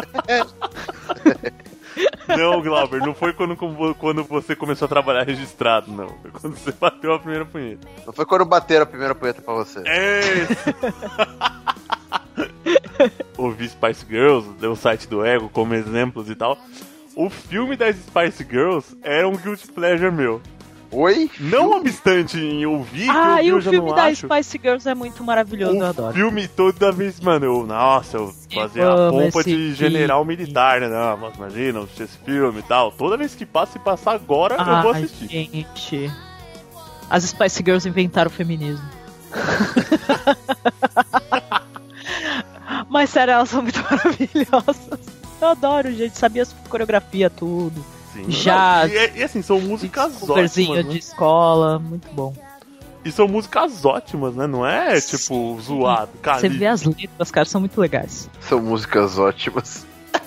Não, Glauber, não foi quando, quando você começou a trabalhar registrado, não. Foi quando você bateu a primeira punheta. Não foi quando bateram a primeira punheta pra você. É isso. Ouvi Spice Girls, deu o site do Ego como exemplos e tal. O filme das Spice Girls era um guilty pleasure meu. Oi? Não obstante em ouvir, que Ah, eu, e eu o já filme não da acho. Spice Girls é muito maravilhoso, eu O adoro. filme toda vez, mano, eu, nossa, eu fazia Eu a amo pompa esse de general filme. militar, né? Não, mas imagina, assistir esse filme e tal. Toda vez que passa e passar agora, eu vou Ai, assistir. gente. As Spice Girls inventaram o feminismo. Mas sério, elas são muito maravilhosas. Eu adoro, gente. Sabia as coreografia, tudo. Sim. Já- Não, e, e assim, são músicas Coverzinho ótimas, né? de escola, muito bom. E são músicas ótimas, né? Não é, tipo, zoado. Cara, Você e- vê as letras, cara, são muito legais. São músicas ótimas.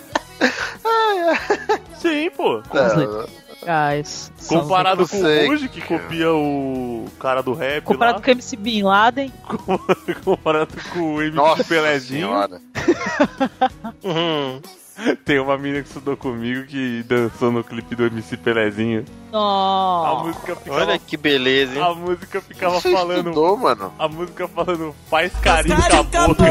Sim, pô. Com as É, letras legais. são- Comparado eu com o sei, Ruge, que copia o cara do rap Comparado lá. com o M C Bin Laden. Comparado com o M C Nossa Pelezinho. senhora. Uhum. Tem uma mina que estudou comigo que dançou no clipe do M C Pelezinho. A Nossa. música ficava, Olha que beleza, hein? a música ficava Você falando. estudou, mano? A música falando faz carinho com a boca.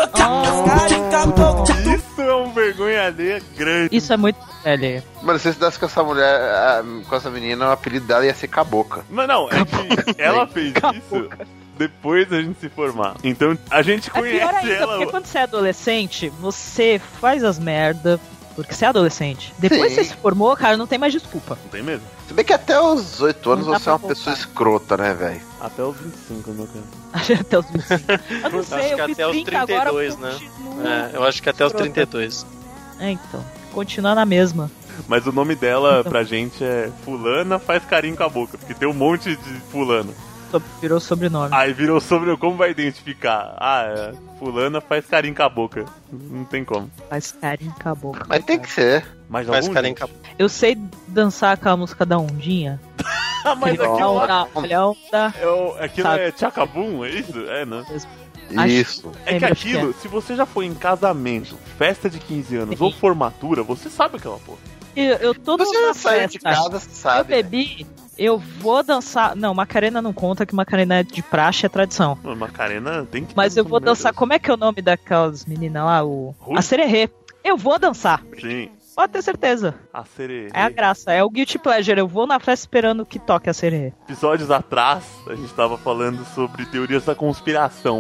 Isso é um vergonha alheia grande. Isso é muito velho. Mano, se você estudasse com essa mulher, ah, com essa menina, o apelido dela ia ser Caboca. Mas não, é que ela fez isso depois da gente se formar. Então a gente É pior conhece ainda, ela. porque quando você é adolescente, você faz as merda, porque você é adolescente. Depois Sim. você se formou, cara, não tem mais desculpa. Não tem mesmo? Se bem que até os dezoito anos Não dá você é uma pra pessoa voltar. escrota, né, velho? Até os vinte e cinco, meu cara. Até os vinte e cinco. Eu não sei, Acho que eu fiz até os trinta trinta e agora. dois, porque né? eu continuo- É, eu acho que até os Escrota. trinta e dois. É, então. Continuar na mesma. Mas o nome dela Então. pra gente é Fulana faz carinho com a boca, porque tem um monte de fulano. Só virou sobrenome. Aí virou sobre como vai identificar? Ah, é, Fulana faz carinho com a boca. Não tem como. Faz carinho com a boca. Mas tem que ser. Mas Faz algum carinho jeito. com a Eu sei dançar aquela música da ondinha. Ah, mas Olha aquilo, lá- onda, olha onda. é, o- aquilo Sabe. é tchacabum, é isso? É, né? Acho- Isso. É que Lembro, acho que aquilo, se você já foi em casamento, festa de quinze anos Sim. ou formatura, você sabe aquela porra. Eu, eu tô Você numa já saiu de festa, casa, você eu sabe. bebi, eu vou dançar. Não, Macarena não conta, que Macarena é de praxe, é tradição. Mano, Macarena tem que. Mas ter eu vou essa mulher dançar. Como é que é o nome daquelas meninas lá? O... Ruth? A Sererê. Eu vou dançar. dessa. Sim, Pode ter certeza. a sererê. É a graça. É o guilty pleasure. Eu vou na festa esperando que toque a Sererê. Episódios atrás, a gente tava falando sobre teorias da conspiração, mas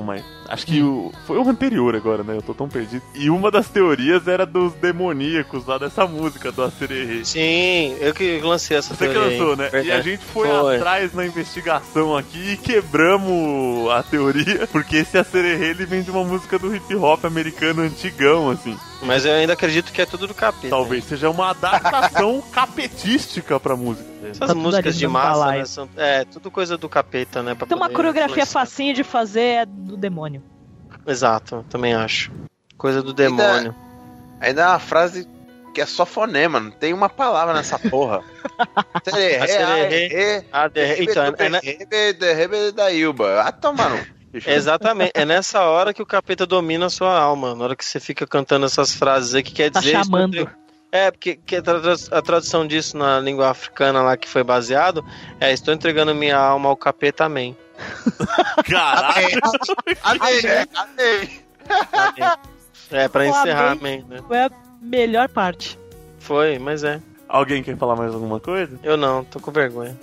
Acho que o, foi o anterior agora, né? Eu tô tão perdido. E uma das teorias era dos demoníacos lá dessa música, do Asererê. Sim, eu que lancei essa Você teoria. que lançou, aí. né? Verdade. E a gente foi, foi atrás na investigação aqui e quebramos a teoria, porque esse Asererê, ele vem de uma música do hip hop americano antigão, assim. Mas eu ainda acredito que é tudo do capeta. Talvez seja uma adaptação capetística pra música. Essas Tá tudo músicas ali de no massa, balaio. né, são, é, tudo coisa do capeta, né? Pra Tem uma poder coreografia influenciar. facinha de fazer, é do demônio. Exato, também acho. Coisa do demônio. Ainda é uma frase que é só fonema, não tem uma palavra nessa porra. Asererê, aderê. Então, é, né? da Ilba. Ah, toma no. Exatamente, é nessa hora que o capeta domina a sua alma. Na hora que você fica cantando essas frases aí, que quer Tá dizer. chamando. É, porque que a tra- a tradução disso na língua africana lá que foi baseado é: estou entregando minha alma ao capeta, amém. Caralho! Amém, amém. Amém. É, pra O encerrar, amém. amém, né? Foi a melhor parte. Foi, mas é. Alguém quer falar mais alguma coisa? Eu não, tô com vergonha.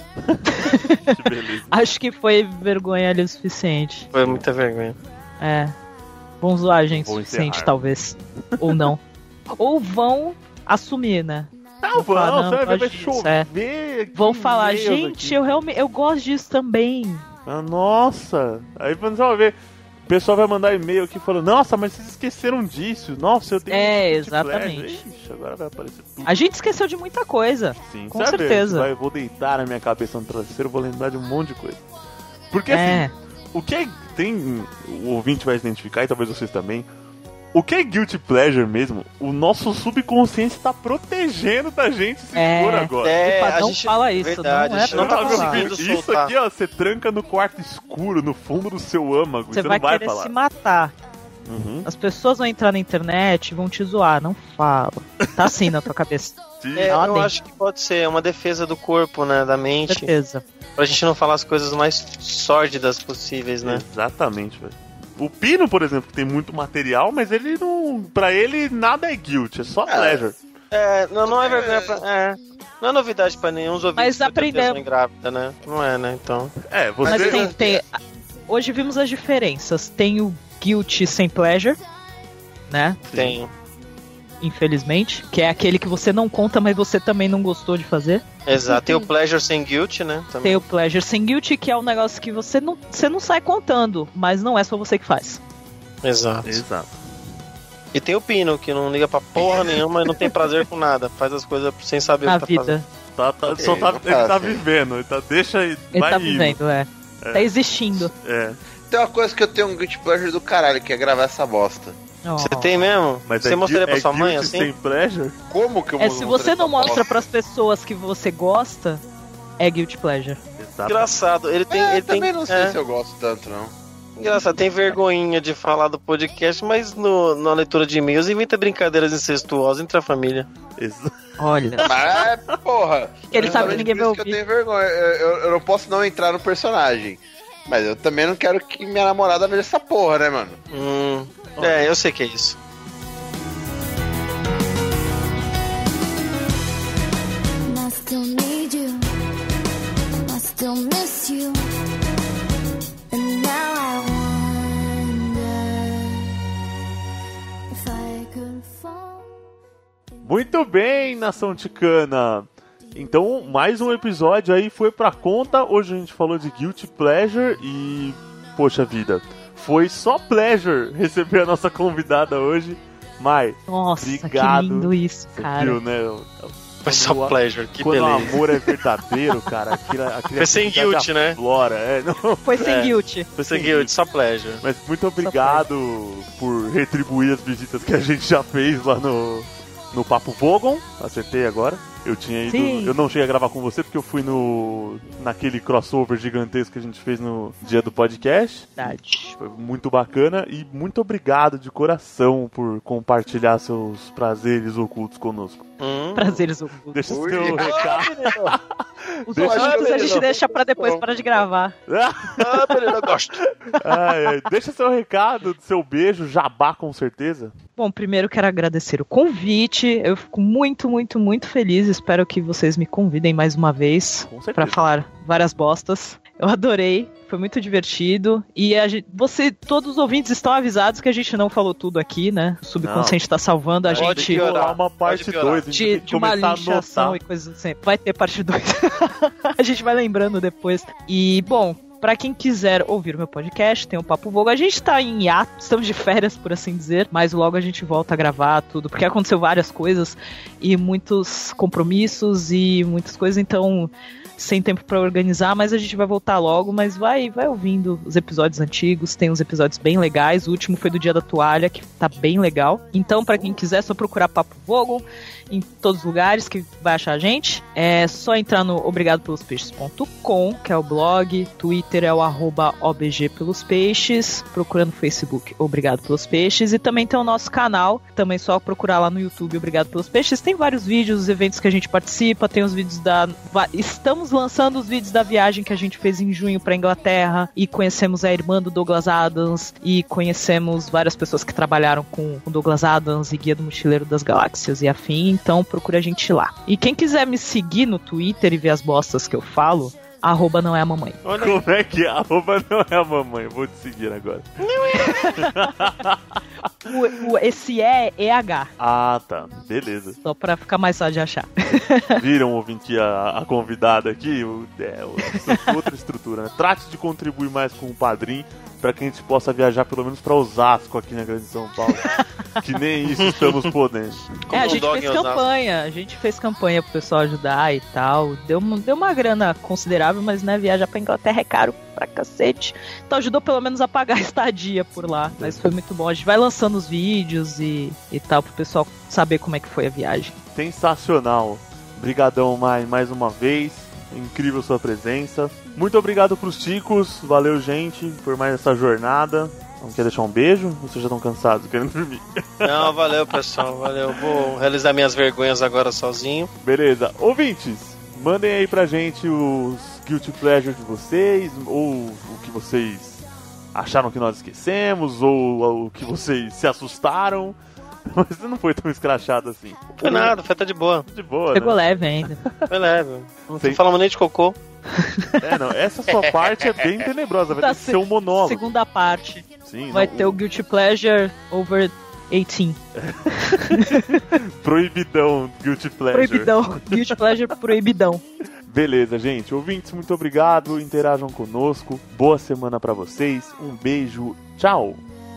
Que beleza. Acho que foi vergonha ali o suficiente. Foi muita vergonha. É. Vão zoar a gente o Vou suficiente, encerrar. talvez. Ou não. Ou vão assumir, né? Não, Vou falar, vamos, não, você vai gosto ver disso, chover. aqui Vão falar, e-mails gente, aqui. eu realmente eu gosto disso também. Ah, nossa! Aí você vai ver. O pessoal vai mandar e-mail aqui falando: nossa, mas vocês esqueceram disso. Nossa, eu tenho. É, um exatamente. Ixi, agora vai aparecer tudo. A gente esqueceu de muita coisa. Sim, com você vai ver, certeza. vai- vou deitar na minha cabeça no travesseiro, vou lembrar de um monte de coisa. Porque É. assim, o que é. Tem. O ouvinte vai se identificar e talvez vocês também. O que é guilty pleasure mesmo? O nosso subconsciente tá protegendo da gente se É. for agora. É, Opa, a não gente- fala isso, verdade, não é a gente não pra tá Ah, meu falar. conseguindo filho, isso soltar. aqui, ó, você tranca no quarto escuro, no fundo do seu âmago, Você você vai não vai querer falar. se matar. Uhum. As pessoas vão entrar na internet e vão te zoar. Não fala. Tá assim na tua cabeça. Sim, É, Lá eu dentro. acho que pode ser uma defesa do corpo, né? Da Com mente. certeza. Pra gente não falar as coisas mais sórdidas possíveis, né? Exatamente, velho. O Pino, por exemplo, que tem muito material, mas ele não. Pra ele nada é guilt, é só pleasure. É, não, não é vergonha pra. É. Não é novidade pra nenhum os ouvintes Mas que eu tenho aprendemos- tesão em grávida, né? Não é, né? Então. É, você. Mas tem, tem. Hoje vimos as diferenças. Tem o guilty sem pleasure, né? Tem. Infelizmente. Que é aquele que você não conta, mas você também não gostou de fazer. Exato. Tem o pleasure sem guilt, né? Também. Tem o pleasure sem guilty, que é um negócio que você não, você não sai contando, mas não é só você que faz. Exato. Exato. E tem o Pino, que não liga pra porra nenhuma e não tem prazer com nada. Faz as coisas sem saber Na o que tá vida. fazendo. Tá, tá, Ok, só tá, não ele tá faça. vivendo, ele tá, deixa aí. Ele vai tá indo. vivendo, é. É. Tá existindo. É. Tem uma coisa que eu tenho um guilty pleasure do caralho, que é gravar essa bosta. Você tem mesmo? Mas você é, mostraria gui- pra é sua mãe guilty assim? sem pleasure? Como que eu É, vou se mostrar você não essa mostra bosta? pras pessoas que você gosta, é guilty pleasure. Exato. Engraçado, ele tem. É, ele também tem não sei é, se eu gosto tanto, não. Engraçado, tem vergonhinha de falar do podcast, mas no, na leitura de e-mails inventa brincadeiras incestuosas entre a família. Exa- Olha. Mas, é, porra. Ele sabe que justamente ninguém por vai isso que ouvir. eu tenho vergonha. Eu, eu- eu não posso não entrar no personagem. Mas eu também não quero que minha namorada veja essa porra, né, mano? Hum, é, eu sei que é isso. I still need you. I still miss you. And now I wonder if I could fall. Muito bem, nação ticana. Então, mais um episódio aí foi pra conta. Hoje a gente falou de guilty pleasure e, poxa vida, foi só pleasure receber a nossa convidada hoje. Mai, Nossa, obrigado. que lindo isso, Você cara. viu, né? Foi só Quando o- pleasure, que Quando o beleza. amor é verdadeiro, cara, aquilo, a Foi sem criatividade guilt, né? aflora, é, não, Foi sem É. guilty. Foi sem guilt, só pleasure. mas muito obrigado por retribuir as visitas que a gente já fez lá no, no Papo Vogon. Acertei agora. Eu tinha ido. Sim. Eu não cheguei a gravar com você porque eu fui no. naquele crossover gigantesco que a gente fez no dia do podcast. Verdade. Foi muito bacana e muito obrigado de coração por compartilhar seus prazeres ocultos conosco. Hum. Prazeres ocultos. Deixa o Ui. seu recado. Os Deixa- ocultos a gente Não. deixa pra depois, para de gravar. Ah, beleza, eu gosto. Ai, ai. Deixa seu recado, seu beijo, jabá com certeza. Bom, primeiro quero agradecer o convite. Eu fico muito, muito, muito feliz. Espero que vocês me convidem mais uma vez Com certeza. pra falar várias bostas. Eu adorei, foi muito divertido. E a gente, você, todos os ouvintes estão avisados que a gente não falou tudo aqui, né? O subconsciente está salvando a Pode gente. piorar uma parte dois, de, de uma lixação e coisas assim. Vai ter parte dois. A gente vai lembrando depois. E, bom, pra quem quiser ouvir o meu podcast, tem o Papo Vogo. A gente tá em hiato, estamos de férias, por assim dizer, mas logo a gente volta a gravar tudo, porque aconteceu várias coisas e muitos compromissos e muitas coisas, então sem tempo pra organizar, mas a gente vai voltar logo, mas vai, vai ouvindo os episódios antigos, tem uns episódios bem legais, o último foi do Dia da Toalha, que tá bem legal. Então, pra quem quiser, é só procurar Papo Vogo em todos os lugares que vai achar a gente. É só entrar no obrigado pelos peixes ponto com, que é o blog, Twitter é o arroba obgpelospeixes, procurando no Facebook Obrigado Pelos Peixes, e também tem o nosso canal, também só procurar lá no YouTube Obrigado Pelos Peixes, tem vários vídeos, os eventos que a gente participa, tem os vídeos da... Estamos lançando os vídeos da viagem que a gente fez em junho pra Inglaterra, e conhecemos a irmã do Douglas Adams, e conhecemos várias pessoas que trabalharam com o Douglas Adams e Guia do Mochileiro das Galáxias e afim, então procura a gente lá. E quem quiser me seguir no Twitter e ver as bostas que eu falo, arroba não é a mamãe. Olha como é que é? Arroba não é a mamãe. Vou te seguir agora. Não é. o, o, esse é E H. Ah, tá. Beleza. Só pra ficar mais fácil de achar. Viram, ouvinte, a, a convidada aqui? O, é, o, outra estrutura, né? Trate de contribuir mais com o Padrim, pra que a gente possa viajar pelo menos pra Osasco aqui na Grande São Paulo. Que nem isso estamos podendo. É, a gente fez campanha, a gente fez campanha pro pessoal ajudar e tal. Deu, deu uma grana considerável, mas né, viajar pra Inglaterra é caro pra cacete. Então ajudou pelo menos a pagar a estadia por lá. Mas foi muito bom. A gente vai lançando os vídeos e, e tal, pro pessoal saber como é que foi a viagem. Sensacional. Brigadão, Mai, mais uma vez. Incrível sua presença. Muito obrigado pros ticos. Valeu, gente, por mais essa jornada. Não quer deixar um beijo? Ou vocês já estão cansados, querendo dormir? Não, valeu, pessoal. Valeu. Vou realizar minhas vergonhas agora sozinho. Beleza. Ouvintes, mandem aí pra gente os Guilty Pleasure de vocês, ou o que vocês acharam que nós esquecemos, ou o que vocês se assustaram. Mas não foi tão escrachado assim. Não foi nada, foi até de boa. De boa, Pegou né? leve ainda. Foi leve. Não Sem... tô falando nem de cocô. É, não, essa sua parte é bem tenebrosa, vai Da ter que ser um monólogo. Segunda parte. Sim, vai não, ter o... o Guilty Pleasure over eighteen. Proibidão, Guilty Pleasure. Proibidão, Guilty Pleasure proibidão. Beleza, gente. Ouvintes, muito obrigado. Interajam conosco. Boa semana pra vocês. Um beijo. Tchau.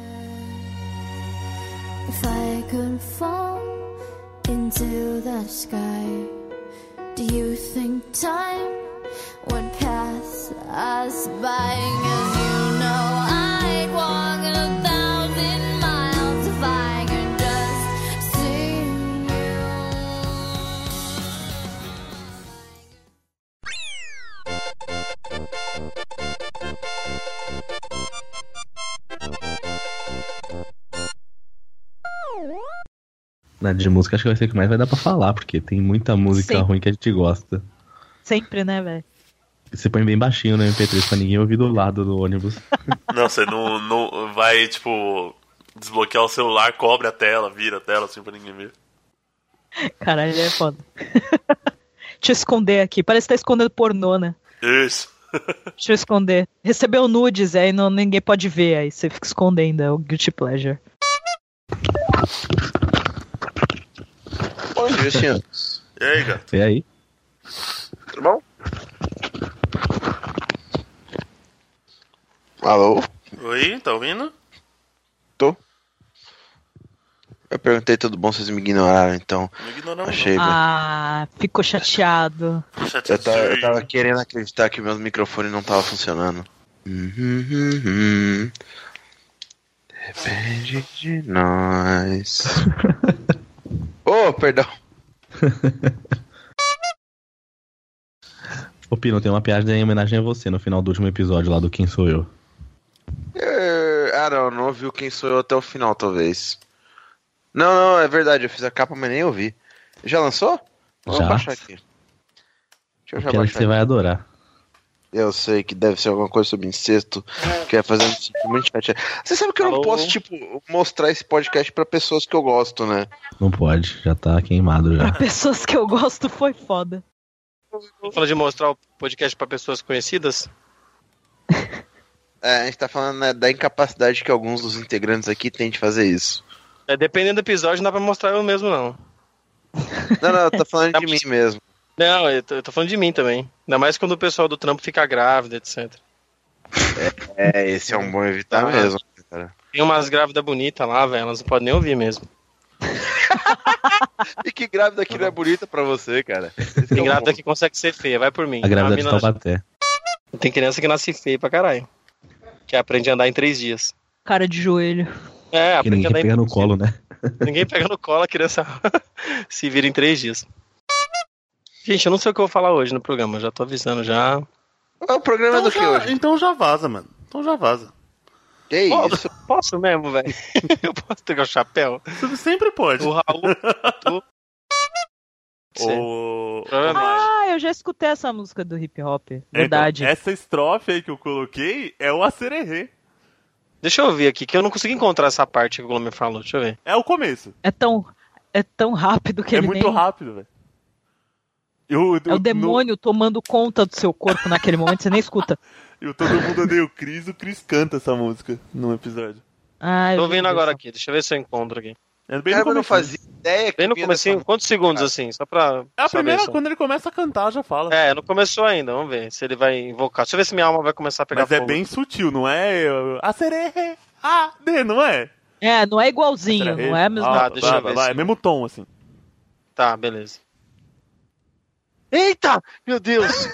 If I could fall into the sky, do you think time would pass us by? 'Cause you know I'd walk a thousand miles if I could just see Na de música acho que vai ser o que mais vai dar pra falar, porque tem muita música Sim. ruim que a gente gosta. Sempre, né, velho? Você põe bem baixinho no M P três pra ninguém ouvir do lado do ônibus. Não, você não, não vai, tipo, desbloquear o celular, cobre a tela, vira a tela assim pra ninguém ver. Caralho, é foda. Deixa eu esconder aqui. Parece que tá escondendo pornô, né? Isso. Deixa eu esconder. Recebeu nudes, aí não, ninguém pode ver, aí você fica escondendo, é o Guilty Pleasure. Bom dia, senhor. E aí, gato? E aí? Tudo bom? Alô? Oi, tá ouvindo? Tô. Eu perguntei tudo bom, vocês me ignoraram, então. Não ignoramos, achei. não. Ah, ficou chateado. Eu tava, eu tava querendo acreditar que meus microfones não estavam funcionando. Uhum, uhum. Depende de nós. Oh, perdão. Ô Pino, tem uma piada em homenagem a você no final do último episódio lá do Quem Sou Eu. É... Ah, não, não ouviu Quem Sou Eu até o final, talvez. Não, não, é verdade, eu fiz a capa, mas nem ouvi. Já lançou? Vou Já. baixar aqui. Deixa eu já Aquela que baixar você aqui. vai adorar. Eu sei que deve ser alguma coisa sobre incesto, que é fazendo muito chateado. Você sabe que eu não Alô? posso, tipo, mostrar esse podcast pra pessoas que eu gosto, né? Não pode, já tá queimado já. Pessoas que eu gosto foi foda. Fala de mostrar o podcast pra pessoas conhecidas? É, a gente tá falando, né, da incapacidade que alguns dos integrantes aqui têm de fazer isso. É, dependendo do episódio, não dá pra mostrar eu mesmo, não. Não, não, eu tô falando de mim mesmo. Não, eu tô, eu tô falando de mim também. Ainda mais quando o pessoal do trampo fica grávida, etcétera. É, esse é um bom evitar Ah, mesmo, cara. Tem umas grávidas bonitas lá, velho, elas não podem nem ouvir mesmo. E que grávida que não é bonita pra você, cara? Tem grávida que consegue ser feia, vai por mim. A grávida de mina- Taubaté. Tem criança que nasce feia pra caralho. Que aprende a andar em três dias. Cara de joelho. É, Que aprende ninguém a andar pega em no três colo, né? dias. Ninguém pega no colo, a criança se vira em três dias. Gente, eu não sei o que eu vou falar hoje no programa, já tô avisando já. O programa Então é do que já, hoje? então já vaza, mano. Então já vaza. Que Posso, isso? posso mesmo, velho? Eu posso pegar o chapéu? Você sempre pode. O Raul. Tu... Sim. O... Provavelmente. Ah, eu já escutei essa música do hip hop. Verdade. Então, essa estrofe aí que eu coloquei é o acererê. Deixa eu ver aqui, que eu não consegui encontrar essa parte que o Glomer falou. Deixa eu ver. É o começo. É tão, é tão rápido que É ele muito nem... rápido, velho. Eu, É o demônio tomando conta do seu corpo naquele momento, você nem escuta. E o Todo Mundo Odeia o Chris, o Chris canta essa música num episódio. Ah, eu Tô vi vendo isso. agora aqui, deixa eu ver se eu encontro aqui. É bem Cara, no eu não comecinho. fazia ideia que Bem no vinha comecinho, dessa- quantos segundos assim? Só pra. É a saber primeira, só. quando ele começa a cantar, já fala. É, não começou ainda, vamos ver se ele vai invocar. Deixa eu ver se minha alma vai começar a pegar Mas é fogo. bem sutil, não é? uh, Acererê, ah, de, não é? É, não é igualzinho, Acererê. não é a mesma Ah, deixa vai, eu ver vai, vai, se- é mesmo tom, assim. Tá, beleza. Eita! Meu Deus!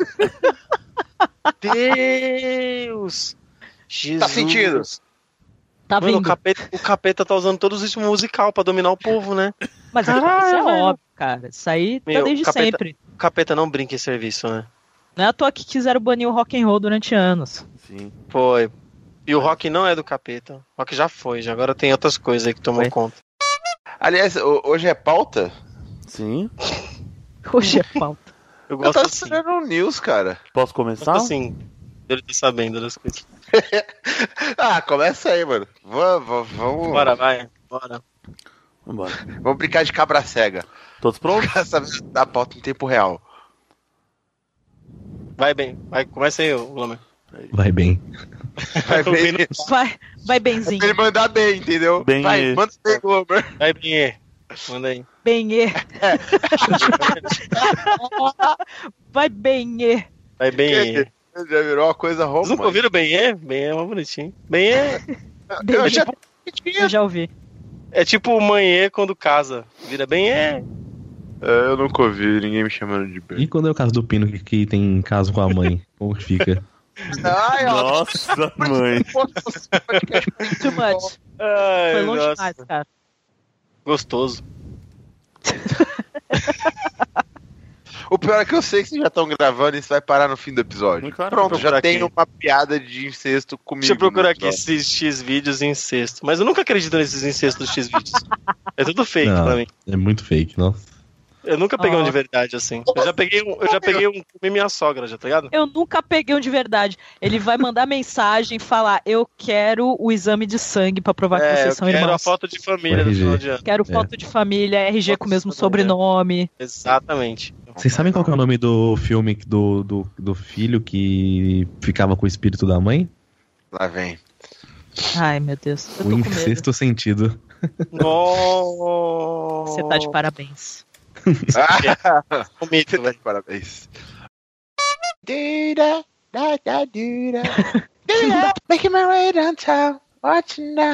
Deus! Jesus! Tá sentindo? Tá Mano, o vindo. capeta, o capeta tá usando todos os ritmos musical pra dominar o povo, né? Mas isso Caralho, é velho. óbvio, cara. Isso aí tá Meu, desde capeta- sempre. O capeta não brinca em serviço, né? Não é à toa que quiseram banir o rock and roll durante anos. Sim. Foi. E o rock não é do capeta. O rock já foi, já agora tem outras coisas aí que tomou Foi. conta. Aliás, ho- hoje é pauta? Sim. Hoje é falta. Eu Eu gosto tava assim. esperando o news, cara. Posso Gosto começar? assim. Ele tá sabendo das coisas. Ah, começa aí, mano. Vamos, vamos, Bora, vai. Bora. Vambora. vamos brincar de cabra cega. Todos prontos? Pra saber da pauta em tempo real. Vai bem. Vai, começa aí, Glomer. Vai bem. Vai Tô bem, vendo- Vai, vai benzinho. ele mandar bem, entendeu? Bem, Vai, eh. manda bem, Glomer. Vai bem aí. Manda aí. Benê. Vai benê. Vai bem aí. Já virou uma coisa Vocês nunca romântica. ouviram bem é? Bem é mais bonitinho. Bem é. Eu já... Eu já ouvi. É tipo o manhê quando casa. Vira bem é. É, eu nunca ouvi ninguém me chamando de bem. E quando é o caso do Pino que, que tem caso com a mãe? Como que fica? Ai, ó. Nossa, mãe. Too much. Ai, Foi longe nossa. demais, cara. Gostoso. O pior é que eu sei que vocês já estão gravando e isso vai parar no fim do episódio. Claro, Pronto, vou já procurar tem aqui. uma piada de incesto comigo. Deixa eu procurar no aqui episódio. esses X vídeos em incesto. Mas eu nunca acredito nesses incestos dos X vídeos. É tudo fake Não. pra mim. É muito fake, nossa. Eu nunca peguei Oh. um de verdade assim. Eu já peguei um, eu já peguei um com minha sogra, já tá ligado? Eu nunca peguei um de verdade. Ele vai mandar mensagem e falar: eu quero o exame de sangue pra provar que É, vocês eu são quero irmãos. a foto de família do R G. final de ano. Quero É. foto de família, R G Foto com o mesmo de família. sobrenome. Exatamente. Vocês sabem qual que é o nome do filme do, do, do filho que ficava com o espírito da mãe? Lá vem. Ai, meu Deus. Eu O tô com medo. Incesto Sentido. Nossa. Você tá de parabéns. Um mito, velho. Parabéns. Duda, da, da, duda. Duda, making my way downtown, watching that.